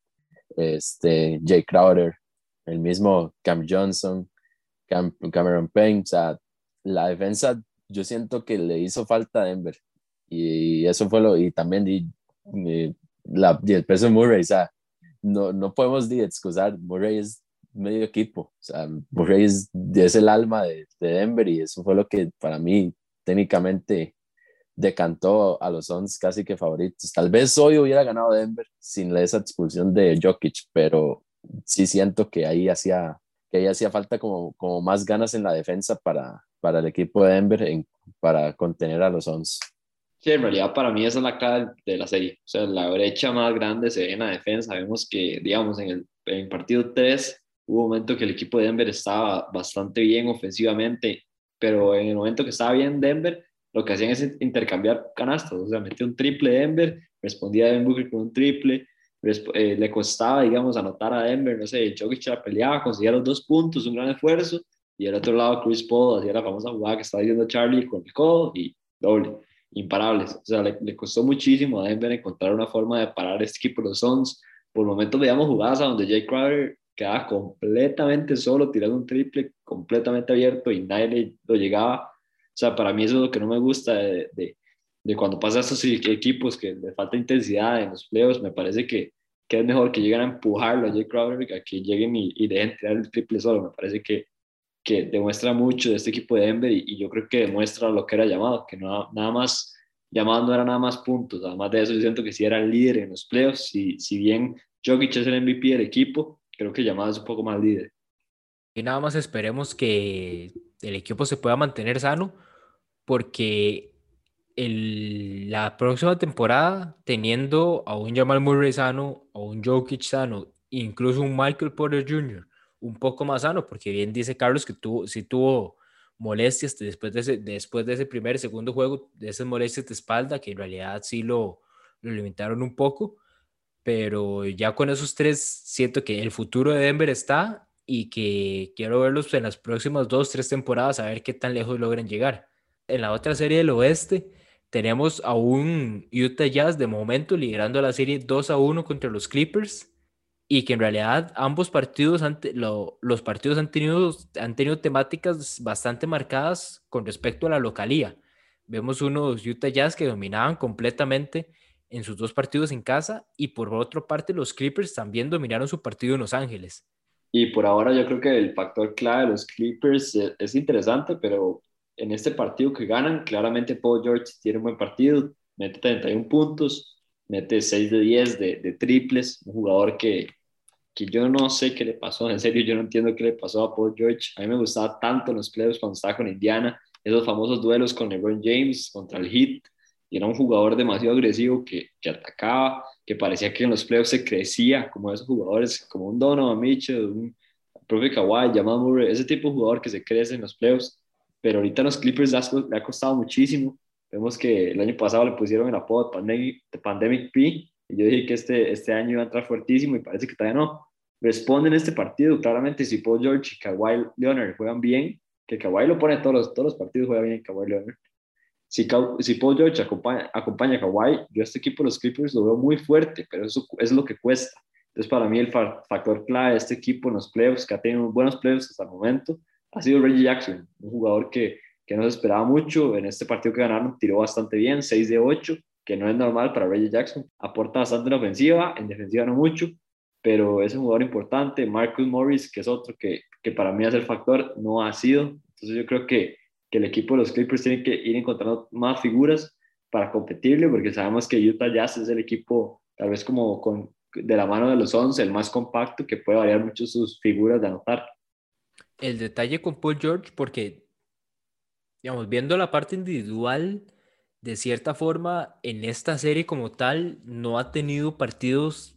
este, Jay Crowder, el mismo Cam Johnson, Cam, Cameron Payne, o sea, la defensa yo siento que le hizo falta a Denver y eso fue lo, y también y, y la, y el peso de Murray, o sea, no, no podemos ni excusar, Murray es medio equipo, o sea, Murray es, es el alma de, de Denver y eso fue lo que para mí técnicamente decantó a los Suns casi que favoritos. Tal vez hoy hubiera ganado Denver sin esa expulsión de Jokic, pero sí siento que ahí hacía, que ahí hacía falta como, como más ganas en la defensa para, para el equipo de Denver en, para contener a los Suns. Sí, en realidad para mí esa es la clave de la serie. O sea, la brecha más grande se ve en la defensa. Vemos que, digamos, en el, en el partido tres hubo un momento que el equipo de Denver estaba bastante bien ofensivamente, pero en el momento que estaba bien Denver, lo que hacían es intercambiar canastos, o sea, metía un triple Denver, respondía Devin Booker con un triple, eh, le costaba, digamos, anotar a Denver, no sé, Jokic la peleaba, conseguía los dos puntos, un gran esfuerzo, y del otro lado Chris Paul hacía la famosa jugada que estaba diciendo Charlie con el codo y doble, imparables. O sea, le, le costó muchísimo a Denver encontrar una forma de parar este equipo de los Suns. Por momentos veíamos jugadas a donde Jay Crowder quedaba completamente solo, tirando un triple completamente abierto y nadie le, lo llegaba. O sea, para mí eso es lo que no me gusta de, de, de cuando pasa a estos equipos que le falta intensidad en los playoffs. Me parece que, que es mejor que lleguen a empujarlo a Jay Crowder a que lleguen y, y dejen tirar el triple solo. Me parece que que demuestra mucho de este equipo de Denver y, y yo creo que demuestra lo que era llamado, que no, nada más, llamado no era nada más puntos, además de eso yo siento que sí era el líder en los playoffs, si, si bien Jokic es el M V P del equipo, creo que llamado es un poco más líder. Y nada más esperemos que el equipo se pueda mantener sano, porque el, la próxima temporada, teniendo a un Jamal Murray sano, a un Jokic sano, incluso un Michael Porter junior un poco más sano, porque bien dice Carlos que tuvo, sí tuvo molestias después de ese, después de ese primer, segundo juego, de esas molestias de espalda, que en realidad sí lo, lo limitaron un poco, pero ya con esos tres siento que el futuro de Denver está y que quiero verlos en las próximas dos, tres temporadas a ver qué tan lejos logran llegar. En la otra serie del oeste tenemos a un Utah Jazz de momento liderando la serie dos a uno contra los Clippers y que en realidad ambos partidos, han, lo, los partidos han tenido, han tenido temáticas bastante marcadas con respecto a la localía. Vemos unos Utah Jazz que dominaban completamente en sus dos partidos en casa y por otra parte los Clippers también dominaron su partido en Los Ángeles. Y por ahora yo creo que el factor clave de los Clippers es, es interesante, pero en este partido que ganan, claramente Paul George tiene un buen partido, mete treinta y uno puntos, mete seis de diez de, de triples, un jugador que, que yo no sé qué le pasó, en serio yo no entiendo qué le pasó a Paul George. A mí me gustaba tanto en los playoffs cuando estaba con Indiana, esos famosos duelos con LeBron James contra el Heat, y era un jugador demasiado agresivo que, que atacaba, que parecía que en los playoffs se crecía como esos jugadores, como un Donovan Mitchell, un profe Kawhi, Jamal Murray, ese tipo de jugador que se crece en los playoffs, pero ahorita en los Clippers le ha, le ha costado muchísimo. Vemos que el año pasado le pusieron el apodo de Pandemic, de Pandemic P, y yo dije que este, este año iba a entrar fuertísimo y parece que todavía no. Responde en este partido, claramente si Paul George y Kawhi Leonard juegan bien, que Kawhi lo pone todos los, todos los partidos, juega bien Kawhi Leonard. Si, si Paul George acompaña, acompaña a Kawhi, yo a este equipo de los Clippers lo veo muy fuerte, pero eso es lo que cuesta. Entonces, para mí, el fa factor clave de este equipo en los playoffs, que ha tenido buenos playoffs hasta el momento, ha sido Reggie Jackson, un jugador que, que no se esperaba mucho. En este partido que ganaron, tiró bastante bien, seis de ocho, que no es normal para Reggie Jackson. Aporta bastante en ofensiva, en defensiva no mucho, pero es un jugador importante. Marcus Morris, que es otro que, que para mí es el factor, no ha sido. Entonces, yo creo que que el equipo de los Clippers tiene que ir encontrando más figuras para competirle, porque sabemos que Utah Jazz es el equipo, tal vez como con, de la mano de los once, el más compacto, que puede variar mucho sus figuras de anotar. El detalle con Paul George, porque, digamos, viendo la parte individual, de cierta forma, en esta serie como tal, no ha tenido partidos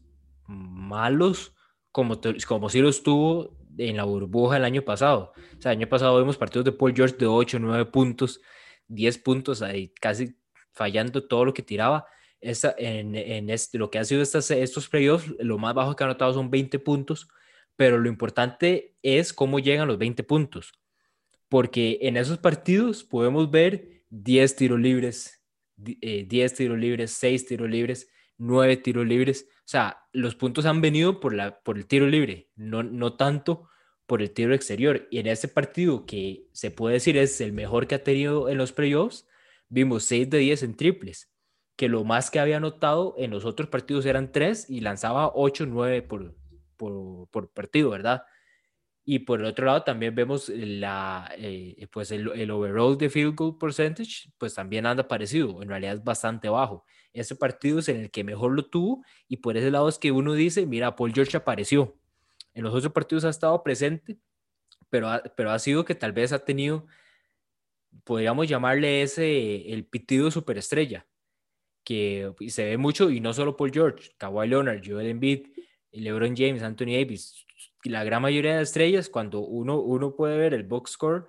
malos como, como sí los tuvo en la burbuja el año pasado. O sea, el año pasado vimos partidos de Paul George de ocho, nueve puntos, diez puntos, ahí casi fallando todo lo que tiraba. Esta, en, en este, lo que ha sido estas, estos playoffs, lo más bajo que ha anotado son veinte puntos, pero lo importante es cómo llegan los veinte puntos, porque en esos partidos podemos ver diez tiros libres, eh, diez tiros libres, seis tiros libres, nueve tiros libres. O sea, los puntos han venido por, la, por el tiro libre, no, no tanto por el tiro exterior. Y en este partido, que se puede decir es el mejor que ha tenido en los playoffs, vimos seis de diez en triples, que lo más que había anotado en los otros partidos eran tres y lanzaba ocho, nueve por, por, por partido, ¿verdad? Y por el otro lado también vemos la, eh, pues el, el overall de field goal percentage, pues también anda parecido, en realidad es bastante bajo. Este partido es en el que mejor lo tuvo y por ese lado es que uno dice, mira, Paul George apareció. En los otros partidos ha estado presente, pero ha, pero ha sido que tal vez ha tenido, podríamos llamarle ese, el pitido superestrella, que se ve mucho, y no solo Paul George, Kawhi Leonard, Joel Embiid, LeBron James, Anthony Davis, la gran mayoría de estrellas, cuando uno, uno puede ver el box score,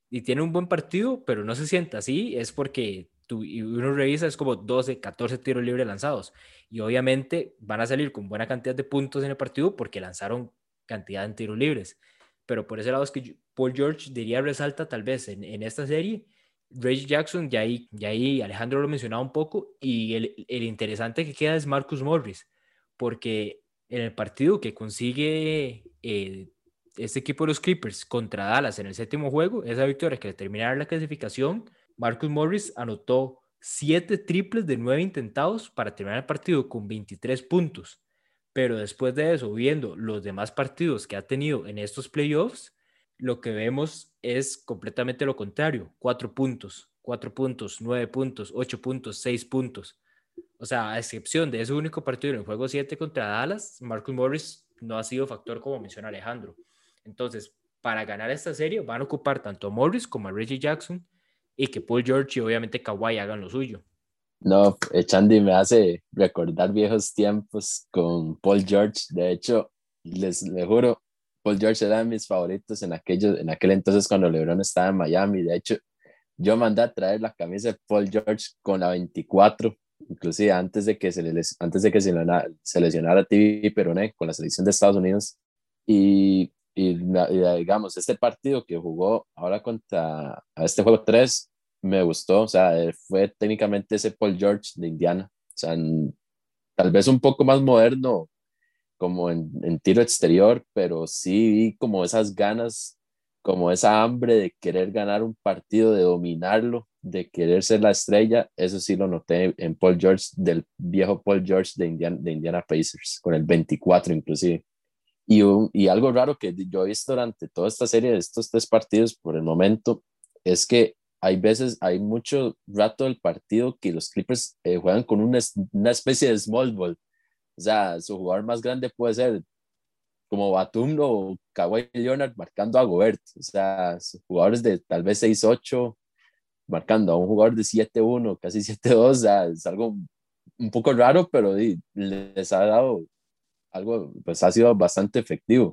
y tiene un buen partido, pero no se sienta así, es porque tú, y uno revisa, es como doce, catorce tiros libres lanzados. Y obviamente van a salir con buena cantidad de puntos en el partido porque lanzaron cantidad de tiros libres. Pero por ese lado es que Paul George diría resalta tal vez en, en esta serie. Reggie Jackson, ya ahí, ya ahí Alejandro lo mencionaba un poco, y el, el interesante que queda es Marcus Morris, porque en el partido que consigue eh, este equipo de los Clippers contra Dallas en el séptimo juego, esa victoria que determinará la clasificación, Marcus Morris anotó siete triples de nueve intentados para terminar el partido con veintitrés puntos. Pero después de eso, viendo los demás partidos que ha tenido en estos playoffs, lo que vemos es completamente lo contrario. Cuatro puntos, cuatro puntos, nueve puntos, ocho puntos, seis puntos. O sea, a excepción de ese único partido en el juego siete contra Dallas, Marcus Morris no ha sido factor como menciona Alejandro. Entonces, para ganar esta serie van a ocupar tanto a Morris como a Reggie Jackson, y que Paul George y obviamente Kawhi hagan lo suyo. No, Chandy me hace recordar viejos tiempos con Paul George. De hecho, les, les juro, Paul George era de mis favoritos en, aquello, en aquel entonces cuando LeBron estaba en Miami. De hecho, yo mandé a traer la camisa de Paul George con la veinticuatro, inclusive antes de que se, le, antes de que se, se lesionara T V Peroné con la selección de Estados Unidos. Y, y, y digamos, este partido que jugó ahora contra a este juego tres, me gustó. O sea, fue técnicamente ese Paul George de Indiana. O sea, en, tal vez un poco más moderno como en, en tiro exterior, pero sí vi como esas ganas, como esa hambre de querer ganar un partido, de dominarlo, de querer ser la estrella. Eso sí lo noté en Paul George, del viejo Paul George de Indiana, de Indiana Pacers, con el veinticuatro inclusive. Y, un, y algo raro que yo he visto durante toda esta serie de estos tres partidos por el momento es que hay veces, hay mucho rato del partido que los Clippers eh, juegan con una, una especie de small ball. O sea, su jugador más grande puede ser como Batum o Kawhi Leonard marcando a Gobert. O sea, jugadores de tal vez seis ocho marcando a un jugador de siete uno, casi siete dos. O sea, es algo un poco raro, pero y, les ha dado algo, pues ha sido bastante efectivo.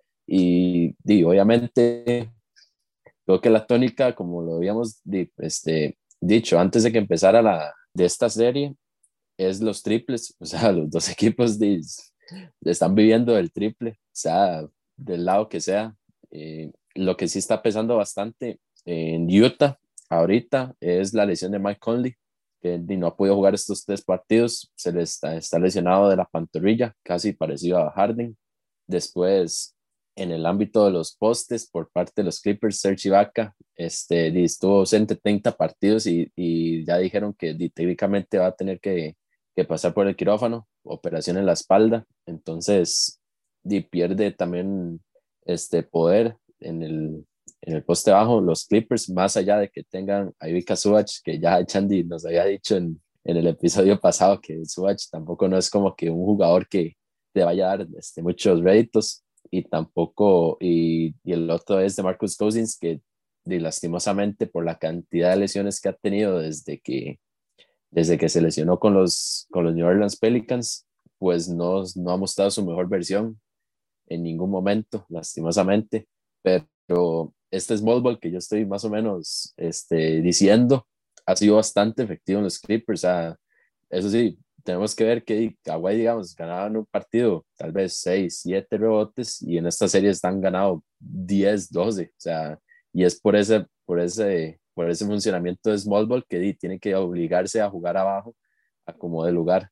Y, y obviamente creo que la tónica, como lo habíamos este, dicho antes de que empezara la de esta serie, es los triples. O sea, los dos equipos de, están viviendo el triple, o sea, del lado que sea. Eh, lo que sí está pesando bastante en Utah ahorita es la lesión de Mike Conley, que no ha podido jugar estos tres partidos. Se le está, está lesionado de la pantorrilla, casi parecido a Harden. Después, en el ámbito de los postes, por parte de los Clippers, Serge Ibaka este, estuvo ausente treinta partidos y, y ya dijeron que técnicamente va a tener que, que pasar por el quirófano, operación en la espalda. Entonces, y pierde también este poder en el, en el poste bajo. Los Clippers, más allá de que tengan a Ivica Zubac, que ya Chandy nos había dicho en, en el episodio pasado que Zubac tampoco no es como que un jugador que te vaya a dar este, muchos réditos, y tampoco, y, y el otro es de Marcus Cousins, que y lastimosamente por la cantidad de lesiones que ha tenido desde que, desde que se lesionó con los, con los New Orleans Pelicans, pues no, no ha mostrado su mejor versión en ningún momento, lastimosamente. Pero este small ball que yo estoy más o menos este, diciendo ha sido bastante efectivo en los Clippers. O sea, eso sí, tenemos que ver que Kawhi, digamos, ganaban un partido tal vez seis, siete rebotes, y en esta serie están ganado diez, doce. O sea, y es por ese, por ese, por ese funcionamiento de small ball que di, tiene que obligarse a jugar abajo a como de lugar.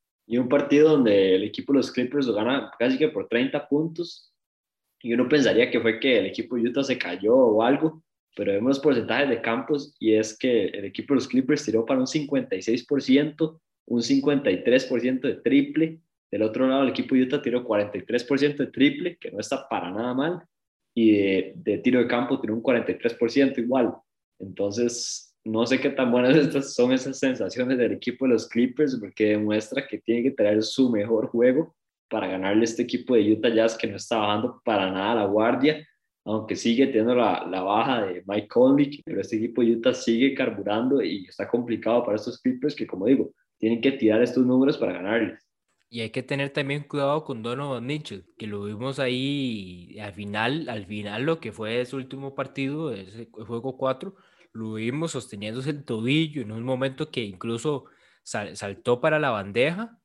Y un partido donde el equipo de los Clippers lo gana casi que por treinta puntos, y uno pensaría que fue que el equipo de Utah se cayó o algo, pero vemos los porcentajes de campos y es que el equipo de los Clippers tiró para un cincuenta y seis por ciento, un cincuenta y tres por ciento de triple. Del otro lado, el equipo de Utah tiró cuarenta y tres por ciento de triple, que no está para nada mal, y de, de tiro de campo tiró un cuarenta y tres por ciento igual. Entonces, no sé qué tan buenas estas son esas sensaciones del equipo de los Clippers, porque demuestra que tiene que traer su mejor juego para ganarle a este equipo de Utah Jazz, que no está bajando para nada la guardia, aunque sigue teniendo la, la baja de Mike Conley, pero este equipo de Utah sigue carburando y está complicado para estos Clippers que, como digo, tienen que tirar estos números para ganarles. Y hay que tener también cuidado con Donovan Mitchell, que lo vimos ahí al final, al final lo que fue ese último partido, ese juego cuatro, lo vimos sosteniéndose el tobillo en un momento que incluso sal- saltó para la bandeja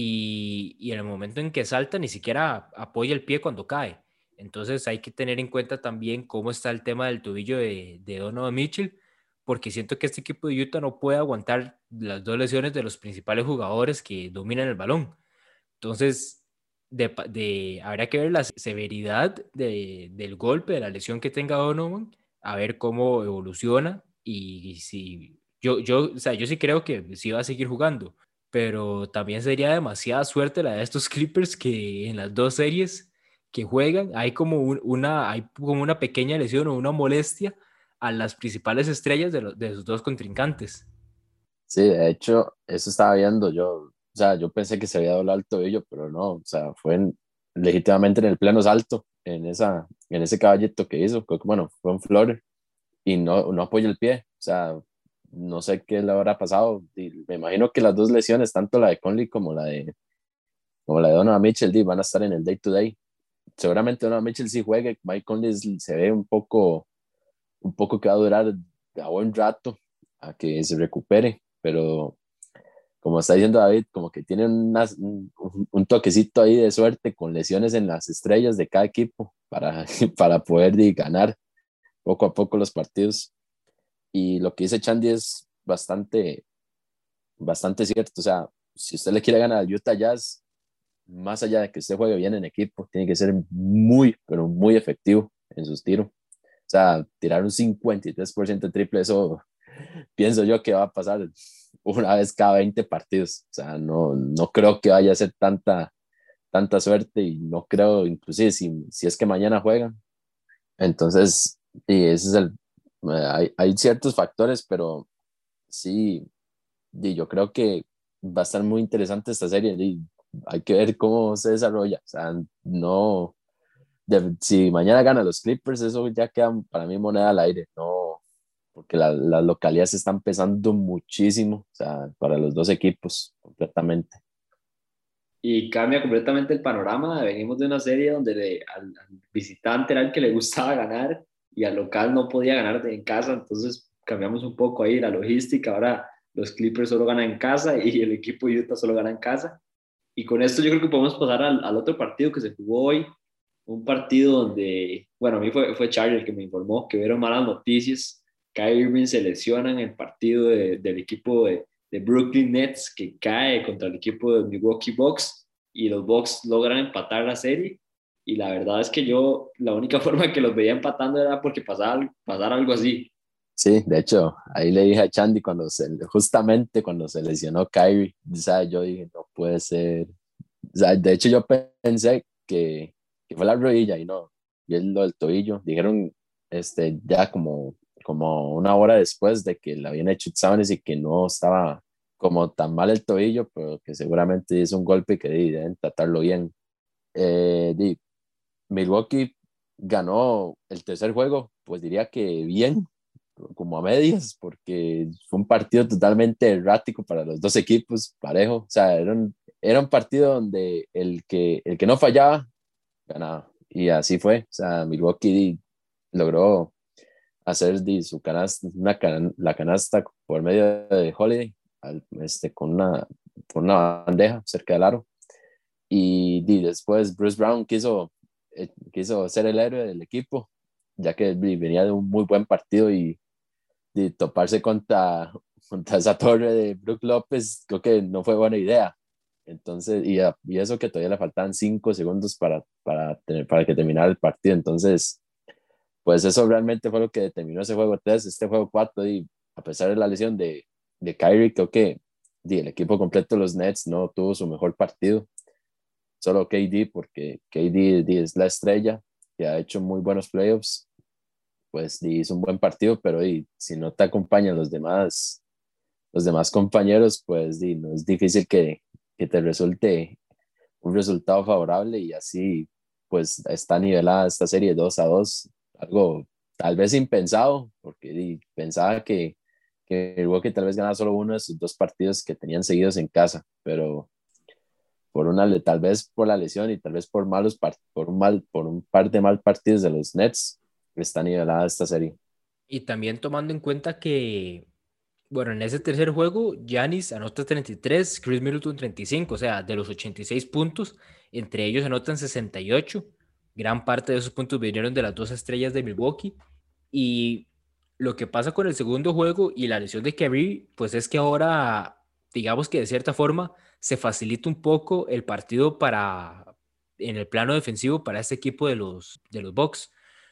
y, y en el momento en que salta ni siquiera apoya el pie cuando cae. Entonces hay que tener en cuenta también cómo está el tema del tobillo de, de Donovan Mitchell, porque siento que este equipo de Utah no puede aguantar las dos lesiones de los principales jugadores que dominan el balón. Entonces, de, pa- de, habrá que ver la severidad de, del golpe, de la lesión que tenga Donovan, a ver cómo evoluciona y si yo, yo, o sea, yo sí creo que sí va a seguir jugando, pero también sería demasiada suerte la de estos Clippers que en las dos series que juegan hay como un- una, hay como una pequeña lesión o una molestia a las principales estrellas de, los, de sus dos contrincantes. Sí, de hecho, eso estaba viendo yo. O sea, yo pensé que se había doblado el tobillo, pero no. O sea, fue en- legítimamente en el pleno salto, en, esa, en ese caballito que hizo. Creo que, bueno, fue un flor y no, no apoya el pie. O sea, no sé qué le habrá pasado. Y me imagino que las dos lesiones, tanto la de Conley como la de, como la de Donovan Mitchell, di, van a estar en el day to day. Seguramente Donovan Mitchell sí juegue. Mike Conley se ve un poco, un poco que va a durar a buen rato a que se recupere, pero como está diciendo David, como que tienen unas, un, un, toquecito ahí de suerte con lesiones en las estrellas de cada equipo para, para poder di, ganar poco a poco los partidos. Y lo que dice Chandy es bastante, bastante cierto. O sea, si usted le quiere ganar al Utah Jazz, más allá de que usted juegue bien en equipo, tiene que ser muy, pero muy efectivo en sus tiros. O sea, tirar un cincuenta y tres por ciento de triple, eso pienso yo que va a pasar una vez cada veinte partidos. O sea, no, no creo que vaya a ser tanta, tanta suerte y no creo, inclusive si, si es que mañana juegan. Entonces, y ese es el, eh, hay, hay ciertos factores, pero sí, y yo creo que va a estar muy interesante esta serie y hay que ver cómo se desarrolla. O sea, no, de, si mañana ganan los Clippers, eso ya queda para mí moneda al aire, no, porque la, las localidades están pesando muchísimo, o sea, para los dos equipos, completamente. Y cambia completamente el panorama. Venimos de una serie donde le- al, al visitante era el que le gustaba ganar y al local no podía ganar de- en casa, entonces cambiamos un poco ahí la logística. Ahora los Clippers solo ganan en casa y el equipo de Utah solo gana en casa. Y con esto yo creo que podemos pasar al, al otro partido que se jugó hoy, un partido donde, bueno, a mí fue, fue Charlie el que me informó que vieron malas noticias. Kyrie Irving se lesiona en el partido de, del equipo de, de Brooklyn Nets que cae contra el equipo de Milwaukee Bucks y los Bucks logran empatar la serie. Y la verdad es que yo, la única forma que los veía empatando era porque pasara, pasara algo así. Sí, de hecho, ahí le dije a Chandy cuando se, justamente cuando se lesionó Kyrie, o sea, yo dije, no puede ser. O sea, de hecho, yo pensé que, que fue la rodilla y no, y es lo del tobillo. Dijeron este, ya como, como una hora después de que le habían hecho exámenes y que no estaba como tan mal el tobillo, pero que seguramente es un golpe que di, deben tratarlo bien. Eh, di, Milwaukee ganó el tercer juego, pues diría que bien, como a medias, porque fue un partido totalmente errático para los dos equipos, parejo. O sea, era un, era un partido donde el que, el que no fallaba, ganaba. Y así fue. O sea, Milwaukee logró hacer de su canasta, una can, la canasta por medio de Holiday, al, este, con, una, con una bandeja cerca del aro. Y, y después Bruce Brown quiso, eh, quiso ser el héroe del equipo, ya que venía de un muy buen partido y de toparse contra, contra esa torre de Brook López, creo que no fue buena idea. Entonces, y, a, y eso que todavía le faltaban cinco segundos para, para, tener, para que terminara el partido. Entonces, pues eso realmente fue lo que determinó ese juego tres, este juego cuatro, y a pesar de la lesión de, de Kyrie, creo que y el equipo completo de los Nets no tuvo su mejor partido, solo K D, porque K D, D es la estrella, que ha hecho muy buenos playoffs, pues y hizo un buen partido, pero y, si no te acompañan los demás, los demás compañeros, pues y, no es difícil que, que te resulte un resultado favorable y así pues está nivelada esta serie dos a dos, algo tal vez impensado, porque y, pensaba que, que Milwaukee tal vez ganaba solo uno de sus dos partidos que tenían seguidos en casa, pero, por una, le- tal vez por la lesión y tal vez por malos par- por un mal, por un par de mal partidos de los Nets, está nivelada esta serie. Y también tomando en cuenta que, bueno, en ese tercer juego, Giannis anota treinta y tres, Chris Middleton treinta y cinco, o sea, de los ochenta y seis puntos, entre ellos anotan sesenta y ocho. Gran parte de esos puntos vinieron de las dos estrellas de Milwaukee. Y lo que pasa con el segundo juego y la lesión de Kyrie, pues es que ahora, digamos que de cierta forma, se facilita un poco el partido para, en el plano defensivo para este equipo de los, de los Bucks,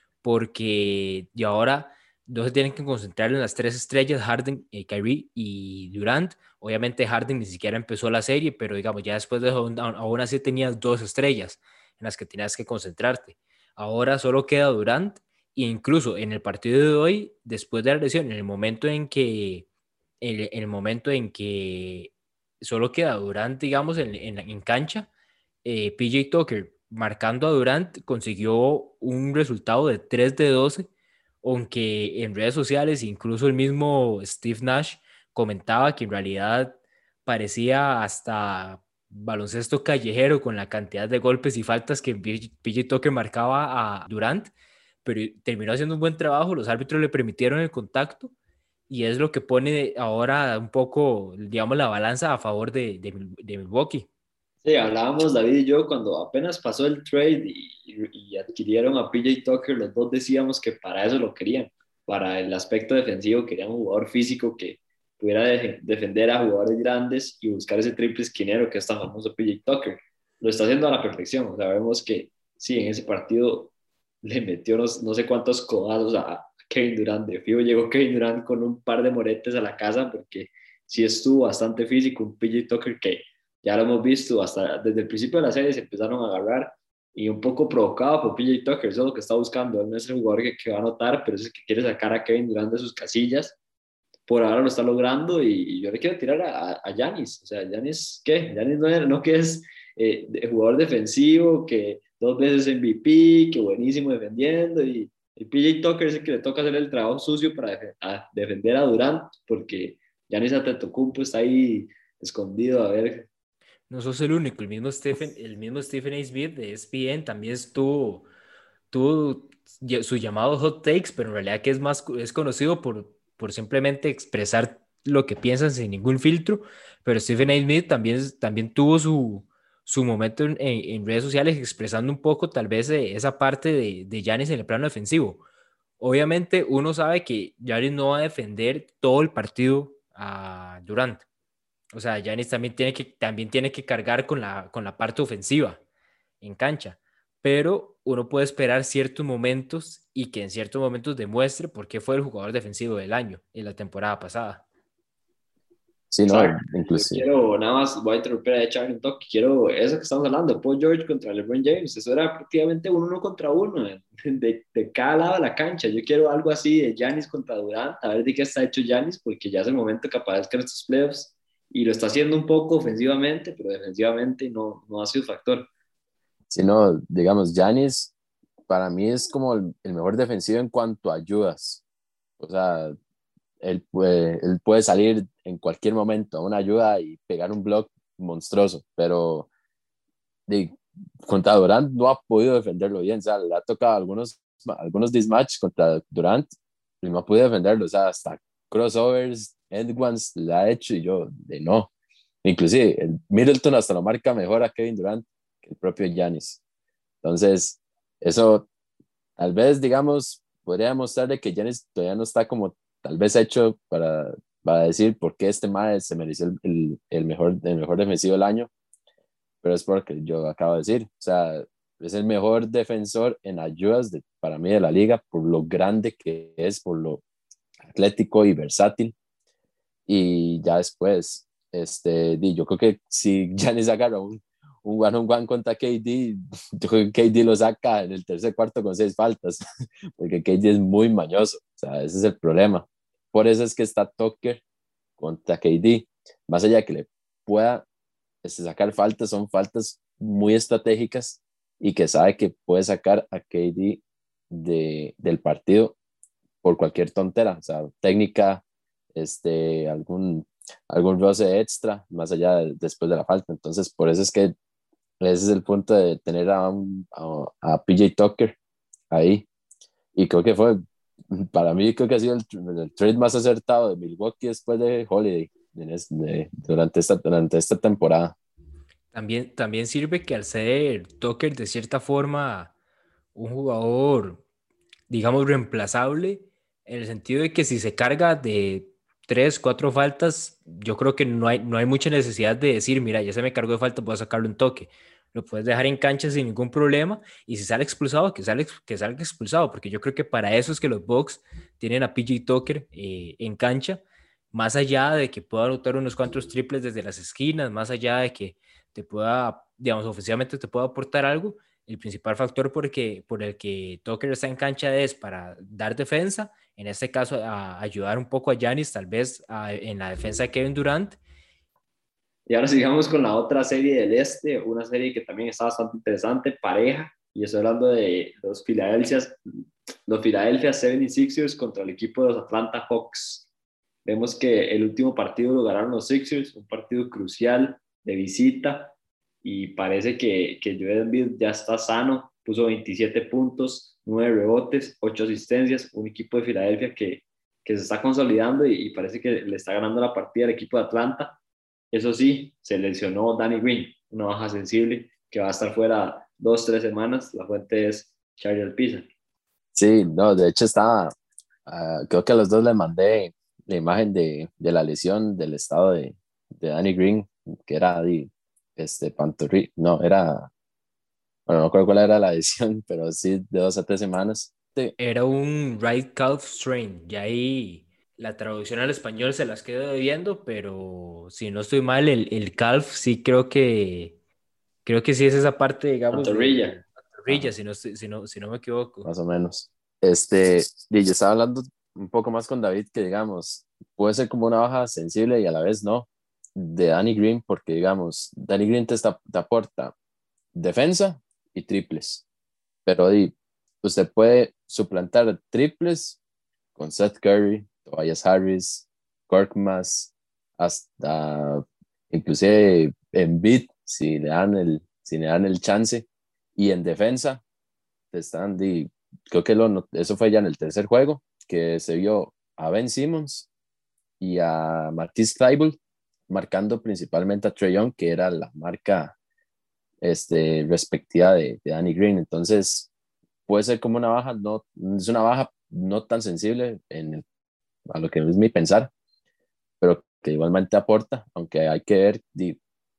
porque ya ahora no se tienen que concentrar en las tres estrellas, Harden, eh, Kyrie y Durant. Obviamente Harden ni siquiera empezó la serie, pero digamos, ya después de eso, aún, aún así tenías dos estrellas en las que tenías que concentrarte. Ahora solo queda Durant, e incluso en el partido de hoy, después de la lesión, en el momento en que, en, en el momento en que solo queda Durant, digamos, en, en, en cancha, eh, P J Tucker marcando a Durant consiguió un resultado de tres de doce, aunque en redes sociales incluso el mismo Steve Nash comentaba que en realidad parecía hasta baloncesto callejero con la cantidad de golpes y faltas que P J Tucker marcaba a Durant, pero terminó haciendo un buen trabajo, los árbitros le permitieron el contacto y es lo que pone ahora un poco, digamos, la balanza a favor de, de, de Milwaukee. Sí, hablábamos David y yo cuando apenas pasó el trade y, y, y adquirieron a P J Tucker, los dos decíamos que para eso lo querían, para el aspecto defensivo querían un jugador físico que pudiera de, defender a jugadores grandes y buscar ese triple esquinero que es tan famoso P J Tucker. Lo está haciendo a la perfección, o sea, vemos que sí, en ese partido le metió no, no sé cuántos codazos a, a Kevin Durant, de fijo llegó Kevin Durant con un par de moretes a la casa porque sí estuvo bastante físico, un P J Tucker que ya lo hemos visto, hasta desde el principio de la serie se empezaron a agarrar y un poco provocado por P J Tucker, eso es lo que está buscando. Él no es el jugador que, que va a anotar, pero es el que quiere sacar a Kevin Durant de sus casillas. Por ahora lo está logrando y, y yo le quiero tirar a, a Giannis. O sea, Giannis, ¿qué? Giannis no, es, no que es eh, de jugador defensivo, que dos veces M V P, que buenísimo defendiendo y el P J Tucker es el que le toca hacer el trabajo sucio para def a defender a Durant, porque Giannis Antetokounmpo está ahí escondido a ver. No sos el único, el mismo Stephen, el mismo Stephen A. Smith de E S P N también estuvo, tuvo su llamado hot takes, pero en realidad que es más es conocido por, por simplemente expresar lo que piensan sin ningún filtro, pero Stephen A. Smith también, también tuvo su, su momento en, en redes sociales expresando un poco tal vez esa parte de, de Giannis en el plano defensivo. Obviamente uno sabe que Giannis no va a defender todo el partido a Durant. O sea, Giannis también tiene que, también tiene que cargar con la, con la parte ofensiva en cancha, pero uno puede esperar ciertos momentos y que en ciertos momentos demuestre por qué fue el jugador defensivo del año en la temporada pasada. Sí, no, Exacto. Yo inclusive. quiero, nada más, voy a interrumpir a Charlie un toque, quiero eso que estamos hablando, Paul George contra LeBron James, eso era prácticamente un uno contra uno, de, de, de cada lado de la cancha. Yo quiero algo así de Giannis contra Durant, a ver de qué está hecho Giannis, porque ya es el momento que aparezcan estos playoffs, y lo está haciendo un poco ofensivamente, pero defensivamente no, no ha sido factor. Si no, digamos, Giannis para mí es como el, el mejor defensivo en cuanto a ayudas. O sea, él puede, él puede salir en cualquier momento a una ayuda y pegar un block monstruoso, pero de, contra Durant no ha podido defenderlo bien. O sea, le ha tocado algunos, algunos dismatch contra Durant y no ha podido defenderlo. O sea, hasta crossovers, end ones le ha hecho y yo, de no. Inclusive, el Middleton hasta lo marca mejor a Kevin Durant que el propio Giannis. Entonces, eso tal vez, digamos, podría demostrarle que Giannis todavía no está como tal vez hecho para, para decir por qué este mae se mereció el, el, el, mejor, el mejor defensivo del año, pero es porque yo acabo de decir, o sea, es el mejor defensor en ayudas de, para mí de la liga por lo grande que es, por lo atlético y versátil, y ya después, este, yo creo que si Giannis agarra un un one on one contra K D, yo creo que K D lo saca en el tercer cuarto con seis faltas, porque K D es muy mañoso, o sea, ese es el problema. Por eso es que está Tucker contra K D, más allá de que le pueda este, sacar faltas, son faltas muy estratégicas y que sabe que puede sacar a K D de, del partido por cualquier tontera, o sea, técnica, este, algún, algún roce extra, más allá de, después de la falta. Entonces, por eso es que ese es el punto de tener a, un- a, a P J Tucker ahí. Y creo que fue, para mí, creo que ha sido el, el trade más acertado de Milwaukee después de Holiday en es- de- durante, esta, durante esta temporada. También, también sirve que al ser Tucker de cierta forma un jugador, digamos, reemplazable, en el sentido de que si se carga de tres, cuatro faltas, yo creo que no hay, no hay mucha necesidad de decir, mira, ya se me cargó de falta, voy a sacarlo un toque. Lo puedes dejar en cancha sin ningún problema y si sale expulsado, que, sale, que salga expulsado, porque yo creo que para eso es que los Bucks tienen a P J Tucker eh, en cancha, más allá de que pueda anotar unos cuantos triples desde las esquinas, más allá de que te pueda, digamos, ofensivamente te pueda aportar algo, el principal factor por el que, por el que Tucker está en cancha es para dar defensa, en este caso a ayudar un poco a Giannis, tal vez a, en la defensa de Kevin Durant. Y ahora sigamos con la otra serie del Este, una serie que también está bastante interesante, pareja, y estoy hablando de los Philadelphia, los Philadelphia setenta y seis ers contra el equipo de los Atlanta Hawks. Vemos que el último partido lo ganaron los Sixers, un partido crucial de visita, y parece que, que Joel Embiid ya está sano, puso veintisiete puntos, nueve rebotes, ocho asistencias, un equipo de Filadelfia que, que se está consolidando y, y parece que le está ganando la partida al equipo de Atlanta. Eso sí, se lesionó Danny Green, una baja sensible que va a estar fuera dos, tres semanas. La fuente es Charlie Alpiza. Sí, no, de hecho estaba, ah, creo que a los dos les mandé la imagen de, de la lesión del estado de, de Danny Green, que era de, este, pantorrilla, no, era, bueno, no recuerdo cuál era la lesión, pero sí, de dos a tres semanas. Sí, Era un right calf strain, y ahí la traducción al español se las quedo debiendo, pero si no estoy mal, el, el calf sí creo que, creo que sí es esa parte, digamos, de, de Pantorrilla. la pantorrilla, ajá, si no, estoy- si no, si no me equivoco. más o menos. Este, y yo estaba hablando un poco más con David, que digamos, puede ser como una baja sensible y a la vez no, de Danny Green, porque digamos, Danny Green te, está, te aporta defensa y triples. Pero di, usted puede suplantar triples con Seth Curry, Tobias Harris, Korkmaz, hasta inclusive Embiid, si le dan el, si le dan el chance. Y en defensa, te están, di, creo que lo, eso fue ya en el tercer juego, que se vio a Ben Simmons y a Matisse Thybulle marcando principalmente a Trae Young, que era la marca este, respectiva de, de Danny Green. Entonces, puede ser como una baja, no, es una baja no tan sensible en el, a lo que es mi pensar, pero que igualmente aporta, aunque hay que ver, di,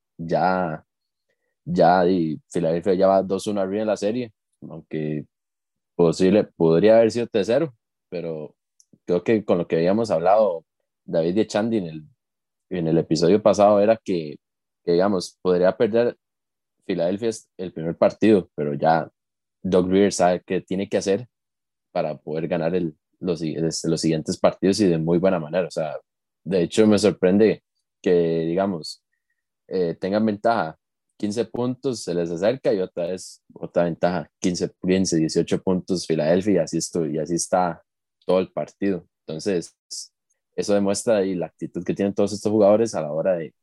ya, ya di, Filadelfia ya va dos uno arriba en la serie, aunque posible, podría haber sido tercero, pero creo que con lo que habíamos hablado David y Echandi en el, en el episodio pasado era que, que digamos, podría perder Filadelfia el primer partido, pero ya Doug Rivers sabe qué tiene que hacer para poder ganar el, los, los siguientes partidos y de muy buena manera. O sea, de hecho me sorprende que, digamos, eh, tengan ventaja quince puntos, se les acerca y otra vez otra ventaja, quince, quince, dieciocho puntos Filadelfia y así, estoy, y así está todo el partido. Entonces, eso demuestra ahí la actitud que tienen todos estos jugadores a la hora de,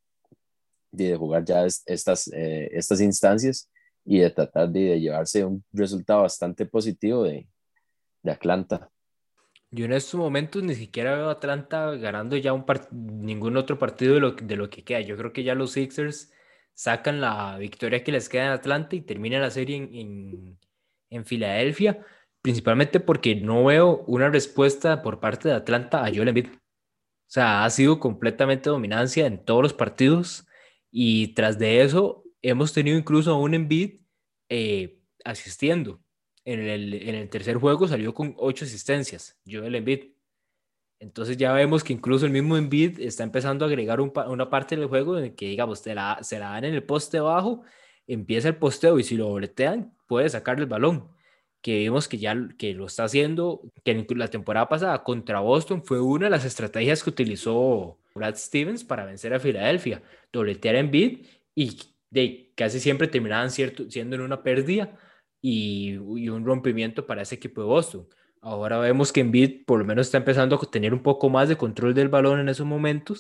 de jugar ya es, estas, eh, estas instancias y de tratar de, de llevarse un resultado bastante positivo de, de Atlanta. Yo en estos momentos ni siquiera veo a Atlanta ganando ya un part- ningún otro partido de lo, de lo que queda. Yo creo que ya los Sixers sacan la victoria que les queda en Atlanta y terminan la serie en, en, en Filadelfia, principalmente porque no veo una respuesta por parte de Atlanta a Joel Embiid. O sea, ha sido completamente dominancia en todos los partidos y tras de eso hemos tenido incluso a un Embiid eh, asistiendo. En el, en el tercer juego salió con ocho asistencias, Joel Embiid. Entonces ya vemos que incluso el mismo Embiid está empezando a agregar un, una parte del juego en el que, digamos, te la, se la dan en el poste bajo, empieza el posteo y si lo boletean, puede sacarle el balón. Que vimos que ya que lo está haciendo, que en la temporada pasada contra Boston fue una de las estrategias que utilizó Brad Stevens para vencer a Filadelfia, dobletear a Embiid y de, casi siempre terminaban cierto, siendo en una pérdida y, y un rompimiento para ese equipo de Boston. Ahora vemos que Embiid por lo menos está empezando a tener un poco más de control del balón en esos momentos,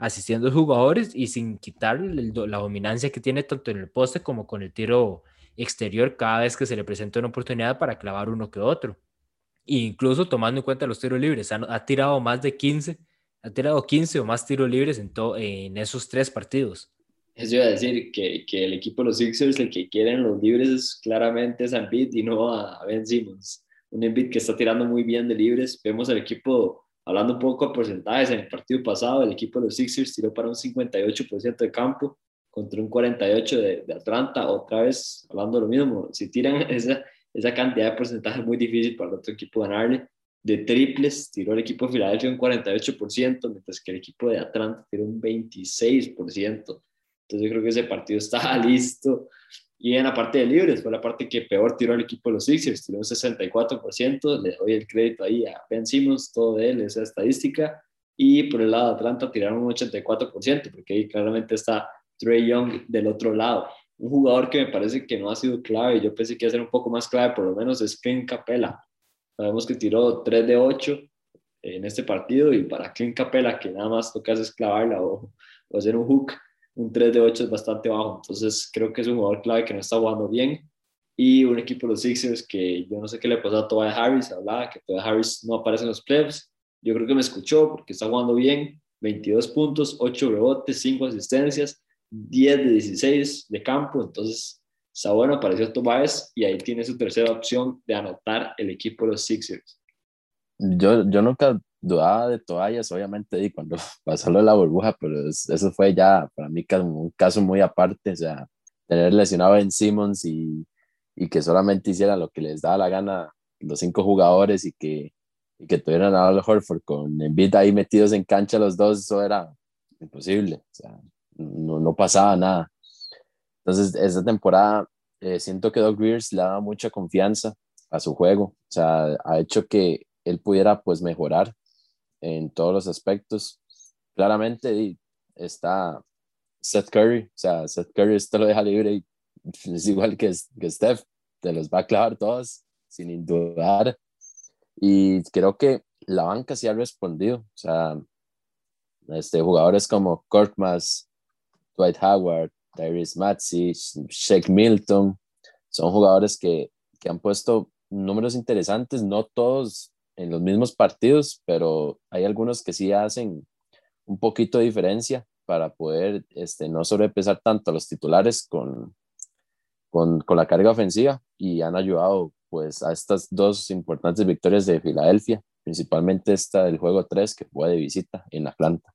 asistiendo a los jugadores y sin quitar el, la dominancia que tiene tanto en el poste como con el tiro exterior cada vez que se le presenta una oportunidad para clavar uno que otro. E incluso tomando en cuenta los tiros libres, ha, ha tirado más de quince, ha tirado quince o más tiros libres en, to, en esos tres partidos. Eso iba a decir, que, que el equipo de los Sixers, el que quieren los libres es claramente es Embiid y no a Ben Simmons. Un Embiid que está tirando muy bien de libres. Vemos el equipo, hablando un poco de porcentajes, en el partido pasado el equipo de los Sixers tiró para un cincuenta y ocho por ciento de campo contra un cuarenta y ocho por ciento de, de Atlanta. Otra vez, hablando de lo mismo, si tiran esa, esa cantidad de porcentaje es muy difícil para el otro equipo ganarle. De triples, tiró el equipo de Filadelfia un cuarenta y ocho por ciento, mientras que el equipo de Atlanta tiró un veintiséis por ciento. Entonces yo creo que ese partido estaba listo. Y en la parte de libres fue la parte que peor tiró el equipo de los Sixers, tiró un sesenta y cuatro por ciento. Le doy el crédito ahí a Ben Simmons, todo de él, esa estadística. Y por el lado de Atlanta tiraron un ochenta y cuatro por ciento, porque ahí claramente está Trae Young del otro lado. Un jugador que me parece que no ha sido clave, yo pensé que iba a ser un poco más clave, por lo menos es Clint Capela. Sabemos que tiró tres de ocho en este partido, y para Clint Capela, que nada más toca es clavarla o, o hacer un hook, un tres de ocho es bastante bajo. Entonces creo que es un jugador clave que no está jugando bien. Y un equipo de los Sixers que yo no sé qué le pasó a Tobias Harris, hablaba que Tobias Harris no aparece en los playoffs. Yo creo que me escuchó porque está jugando bien, veintidós puntos, ocho rebotes, cinco asistencias, diez de dieciséis de campo. Entonces está bueno, apareció Tobias y ahí tiene su tercera opción de anotar el equipo de los Sixers. Yo, yo nunca dudaba de Tobias, obviamente, y cuando pasó lo de la burbuja, pero es, eso fue ya para mí como un caso muy aparte. O sea, tener lesionado a Ben Simmons y, y que solamente hicieran lo que les daba la gana los cinco jugadores, y que, y que tuvieran a Al Horford con Embiid ahí metidos en cancha los dos, eso era imposible. O sea, no, no pasaba nada. Entonces, esta temporada eh, siento que Doug Rivers le ha dado mucha confianza a su juego. O sea, ha hecho que él pudiera pues mejorar en todos los aspectos. Claramente y está Seth Curry, o sea, Seth Curry esto lo deja libre y es igual que, que Steph, te los va a clavar todos sin dudar. Y creo que la banca sí ha respondido. O sea, este, jugadores como Korkmaz, Dwight Howard, Tyrese Maxey, Shake Milton, son jugadores que, que han puesto números interesantes, no todos en los mismos partidos, pero hay algunos que sí hacen un poquito de diferencia para poder este, no sobrepesar tanto a los titulares con, con, con la carga ofensiva, y han ayudado pues a estas dos importantes victorias de Filadelfia, principalmente esta del juego tres que fue de visita en Atlanta.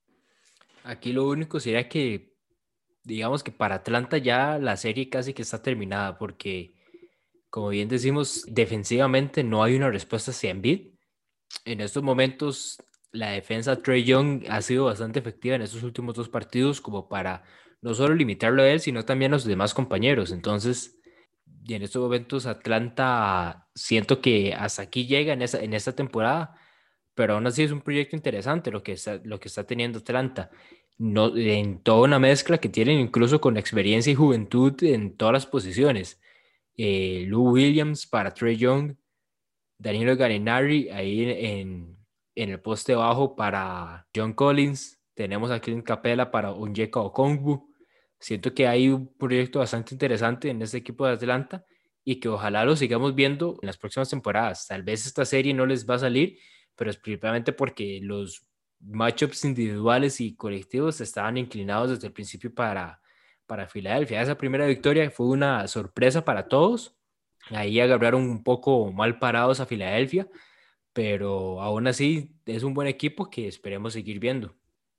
Aquí lo único sería que, digamos que para Atlanta ya la serie casi que está terminada, porque como bien decimos, defensivamente no hay una respuesta hacia Embiid. En estos momentos la defensa de Trae Young ha sido bastante efectiva en estos últimos dos partidos, como para no solo limitarlo a él, sino también a sus demás compañeros. Entonces, y en estos momentos Atlanta siento que hasta aquí llega en, esa, en esta temporada, pero aún así es un proyecto interesante lo que está, lo que está teniendo Atlanta. No, en toda una mezcla que tienen incluso con experiencia y juventud en todas las posiciones. Eh, Lou Williams para Trae Young, Danilo Gallinari ahí en, en el poste bajo para John Collins. Tenemos a Clint Capela para Onyeka Okongwu. Siento que hay un proyecto bastante interesante en este equipo de Atlanta y que ojalá lo sigamos viendo en las próximas temporadas. Tal vez esta serie no les va a salir, pero es principalmente porque los matchups individuales y colectivos estaban inclinados desde el principio para, para Filadelfia. Esa primera victoria fue una sorpresa para todos. Ahí agarraron un poco mal parados a Filadelfia, pero aún así es un buen equipo que esperemos seguir viendo.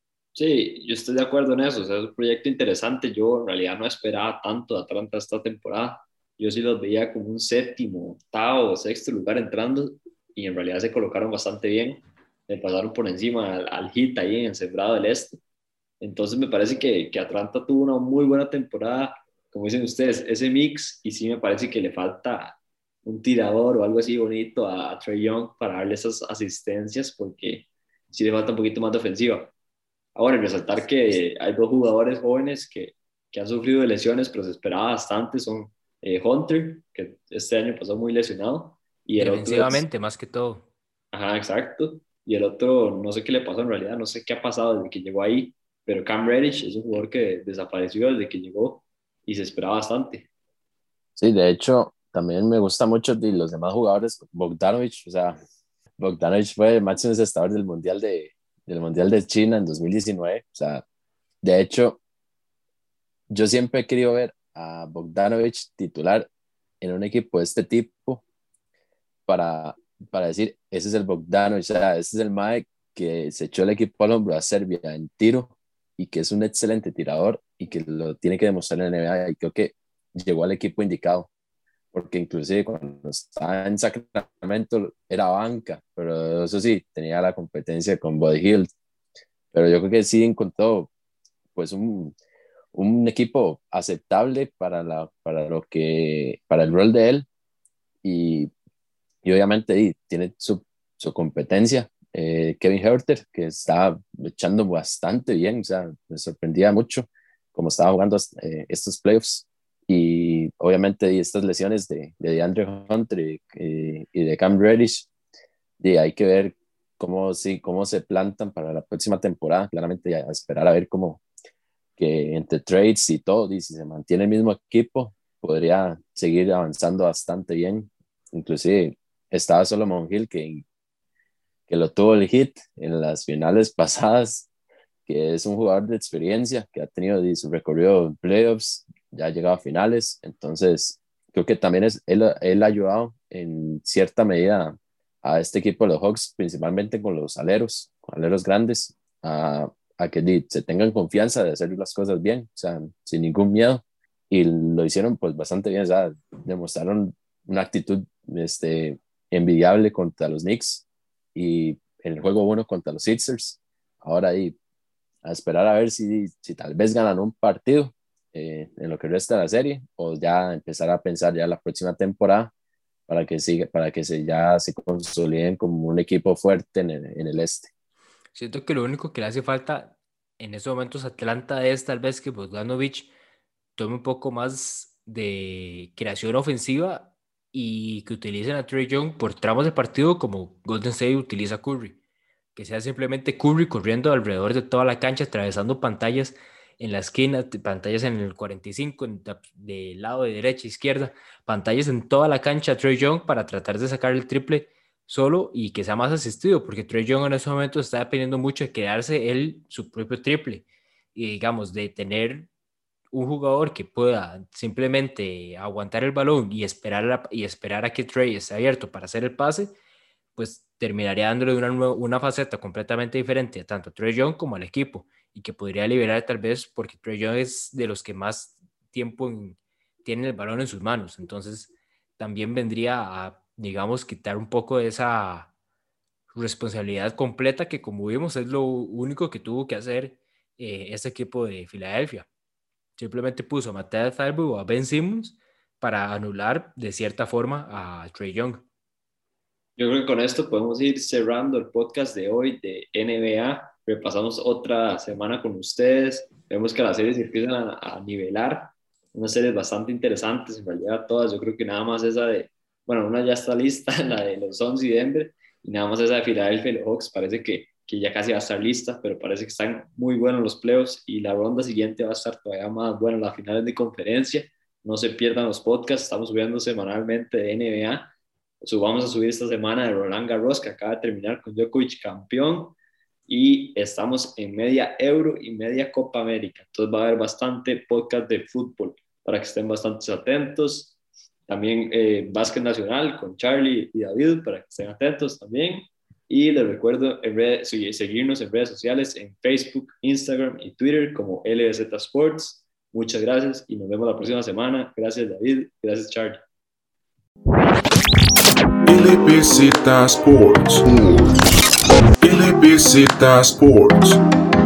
Sí, yo estoy de acuerdo en eso. O sea, es un proyecto interesante. Yo en realidad no esperaba tanto de Atlanta esta temporada. Yo sí los veía como un séptimo, octavo, sexto lugar entrando, y en realidad se colocaron bastante bien. Le pasaron por encima al, al Heat ahí en el sembrado del este. Entonces me parece que, que Atlanta tuvo una muy buena temporada, como dicen ustedes, ese mix, y sí me parece que le falta un tirador o algo así bonito a, a Trae Young para darle esas asistencias, porque sí le falta un poquito más de ofensiva. Ahora, resaltar que hay dos jugadores jóvenes que, que han sufrido de lesiones, pero se esperaba bastante, son eh, Hunter, que este año pasó muy lesionado, y el otro es, Defensivamente, más que todo. ajá, exacto, y el otro no sé qué le pasó en realidad, no sé qué ha pasado desde que llegó ahí, pero Cam Reddish es un jugador que desapareció desde que llegó y se esperaba bastante. Sí, de hecho, también me gusta mucho de los demás jugadores, Bogdanovic, o sea, Bogdanovic fue el máximo encestador del Mundial de, del Mundial de China en dos mil diecinueve, o sea, de hecho, yo siempre he querido ver a Bogdanovic titular en un equipo de este tipo para, para decir, ese es el Bogdanovic, o sea, ese es el mae que se echó el equipo al hombro a Serbia en tiro y que es un excelente tirador y que lo tiene que demostrar en la N B A y creo que llegó al equipo indicado, porque inclusive cuando estaba en Sacramento era banca, pero eso sí, tenía la competencia con Buddy Hield, pero yo creo que sí encontró pues un, un equipo aceptable para, la, para, lo que, para el rol de él y, y obviamente y, tiene su, su competencia. Eh, Kevin Huerter, que está echando bastante bien, o sea, me sorprendía mucho cómo estaba jugando eh, estos playoffs y obviamente y estas lesiones de, de DeAndre Hunter y, y, y de Cam Reddish, y hay que ver cómo, sí, cómo se plantan para la próxima temporada, claramente a esperar a ver cómo que entre trades y todo, y si se mantiene el mismo equipo, podría seguir avanzando bastante bien. Inclusive estaba Solomon Hill, que, que lo tuvo el hit en las finales pasadas, que es un jugador de experiencia, que ha tenido su recorrido en playoffs, ya ha llegado a finales, entonces creo que también es, él, él ha ayudado en cierta medida a este equipo de los Hawks, principalmente con los aleros, con aleros grandes, a a que se tengan confianza de hacer las cosas bien, o sea, sin ningún miedo, y lo hicieron pues bastante bien, o sea, demostraron una actitud este, envidiable contra los Knicks y en el juego uno contra los Sixers. Ahora ahí a esperar a ver si, si tal vez ganan un partido eh, en lo que resta de la serie o ya empezar a pensar ya la próxima temporada para que, siga, para que se, ya se consoliden como un equipo fuerte en el, en el este. Siento que lo único que le hace falta en esos momentos a Atlanta es tal vez que Bogdanovic tome un poco más de creación ofensiva y que utilicen a Trae Young por tramos de partido como Golden State utiliza a Curry. Que sea simplemente Curry corriendo alrededor de toda la cancha, atravesando pantallas en la esquina, pantallas en el cuarenta y cinco, en, del lado de derecha, izquierda, pantallas en toda la cancha a Trae Young para tratar de sacar el triple solo y que sea más asistido, porque Trae Young en ese momento está dependiendo mucho de quedarse él su propio triple y digamos de tener un jugador que pueda simplemente aguantar el balón y esperar a, y esperar a que Trae esté abierto para hacer el pase, pues terminaría dándole una, una faceta completamente diferente tanto a Trae Young como al equipo y que podría liberar tal vez porque Trae Young es de los que más tiempo en, tienen el balón en sus manos, entonces también vendría a digamos, quitar un poco de esa responsabilidad completa que, como vimos, es lo único que tuvo que hacer eh, este equipo de Filadelfia. Simplemente puso a Matisse Thybulle o a Ben Simmons para anular de cierta forma a Trae Young. Yo creo que con esto podemos ir cerrando el podcast de hoy de N B A. Repasamos otra semana con ustedes. Vemos que las series empiezan a, a nivelar. Unas series bastante interesantes, en realidad todas. Yo creo que nada más esa de bueno, una ya está lista, la de los Suns y Denver, y nada más esa de Philadelphia y los Hawks parece que, que ya casi va a estar lista, pero parece que están muy buenos los playoffs y la ronda siguiente va a estar todavía más buena, las finales de conferencia. No se pierdan los podcasts, estamos subiendo semanalmente de N B A. Subamos a subir esta semana de Roland Garros, que acaba de terminar con Djokovic campeón, y estamos en media Euro y media Copa América. Entonces va a haber bastante podcast de fútbol para que estén bastante atentos. También eh, Básquet Nacional con Charlie y David para que estén atentos también. Y les recuerdo en red, seguirnos en redes sociales en Facebook, Instagram y Twitter como L B Z Sports. Muchas gracias y nos vemos la próxima semana. Gracias David, gracias Charlie. L B Z Sports. L B Z Sports.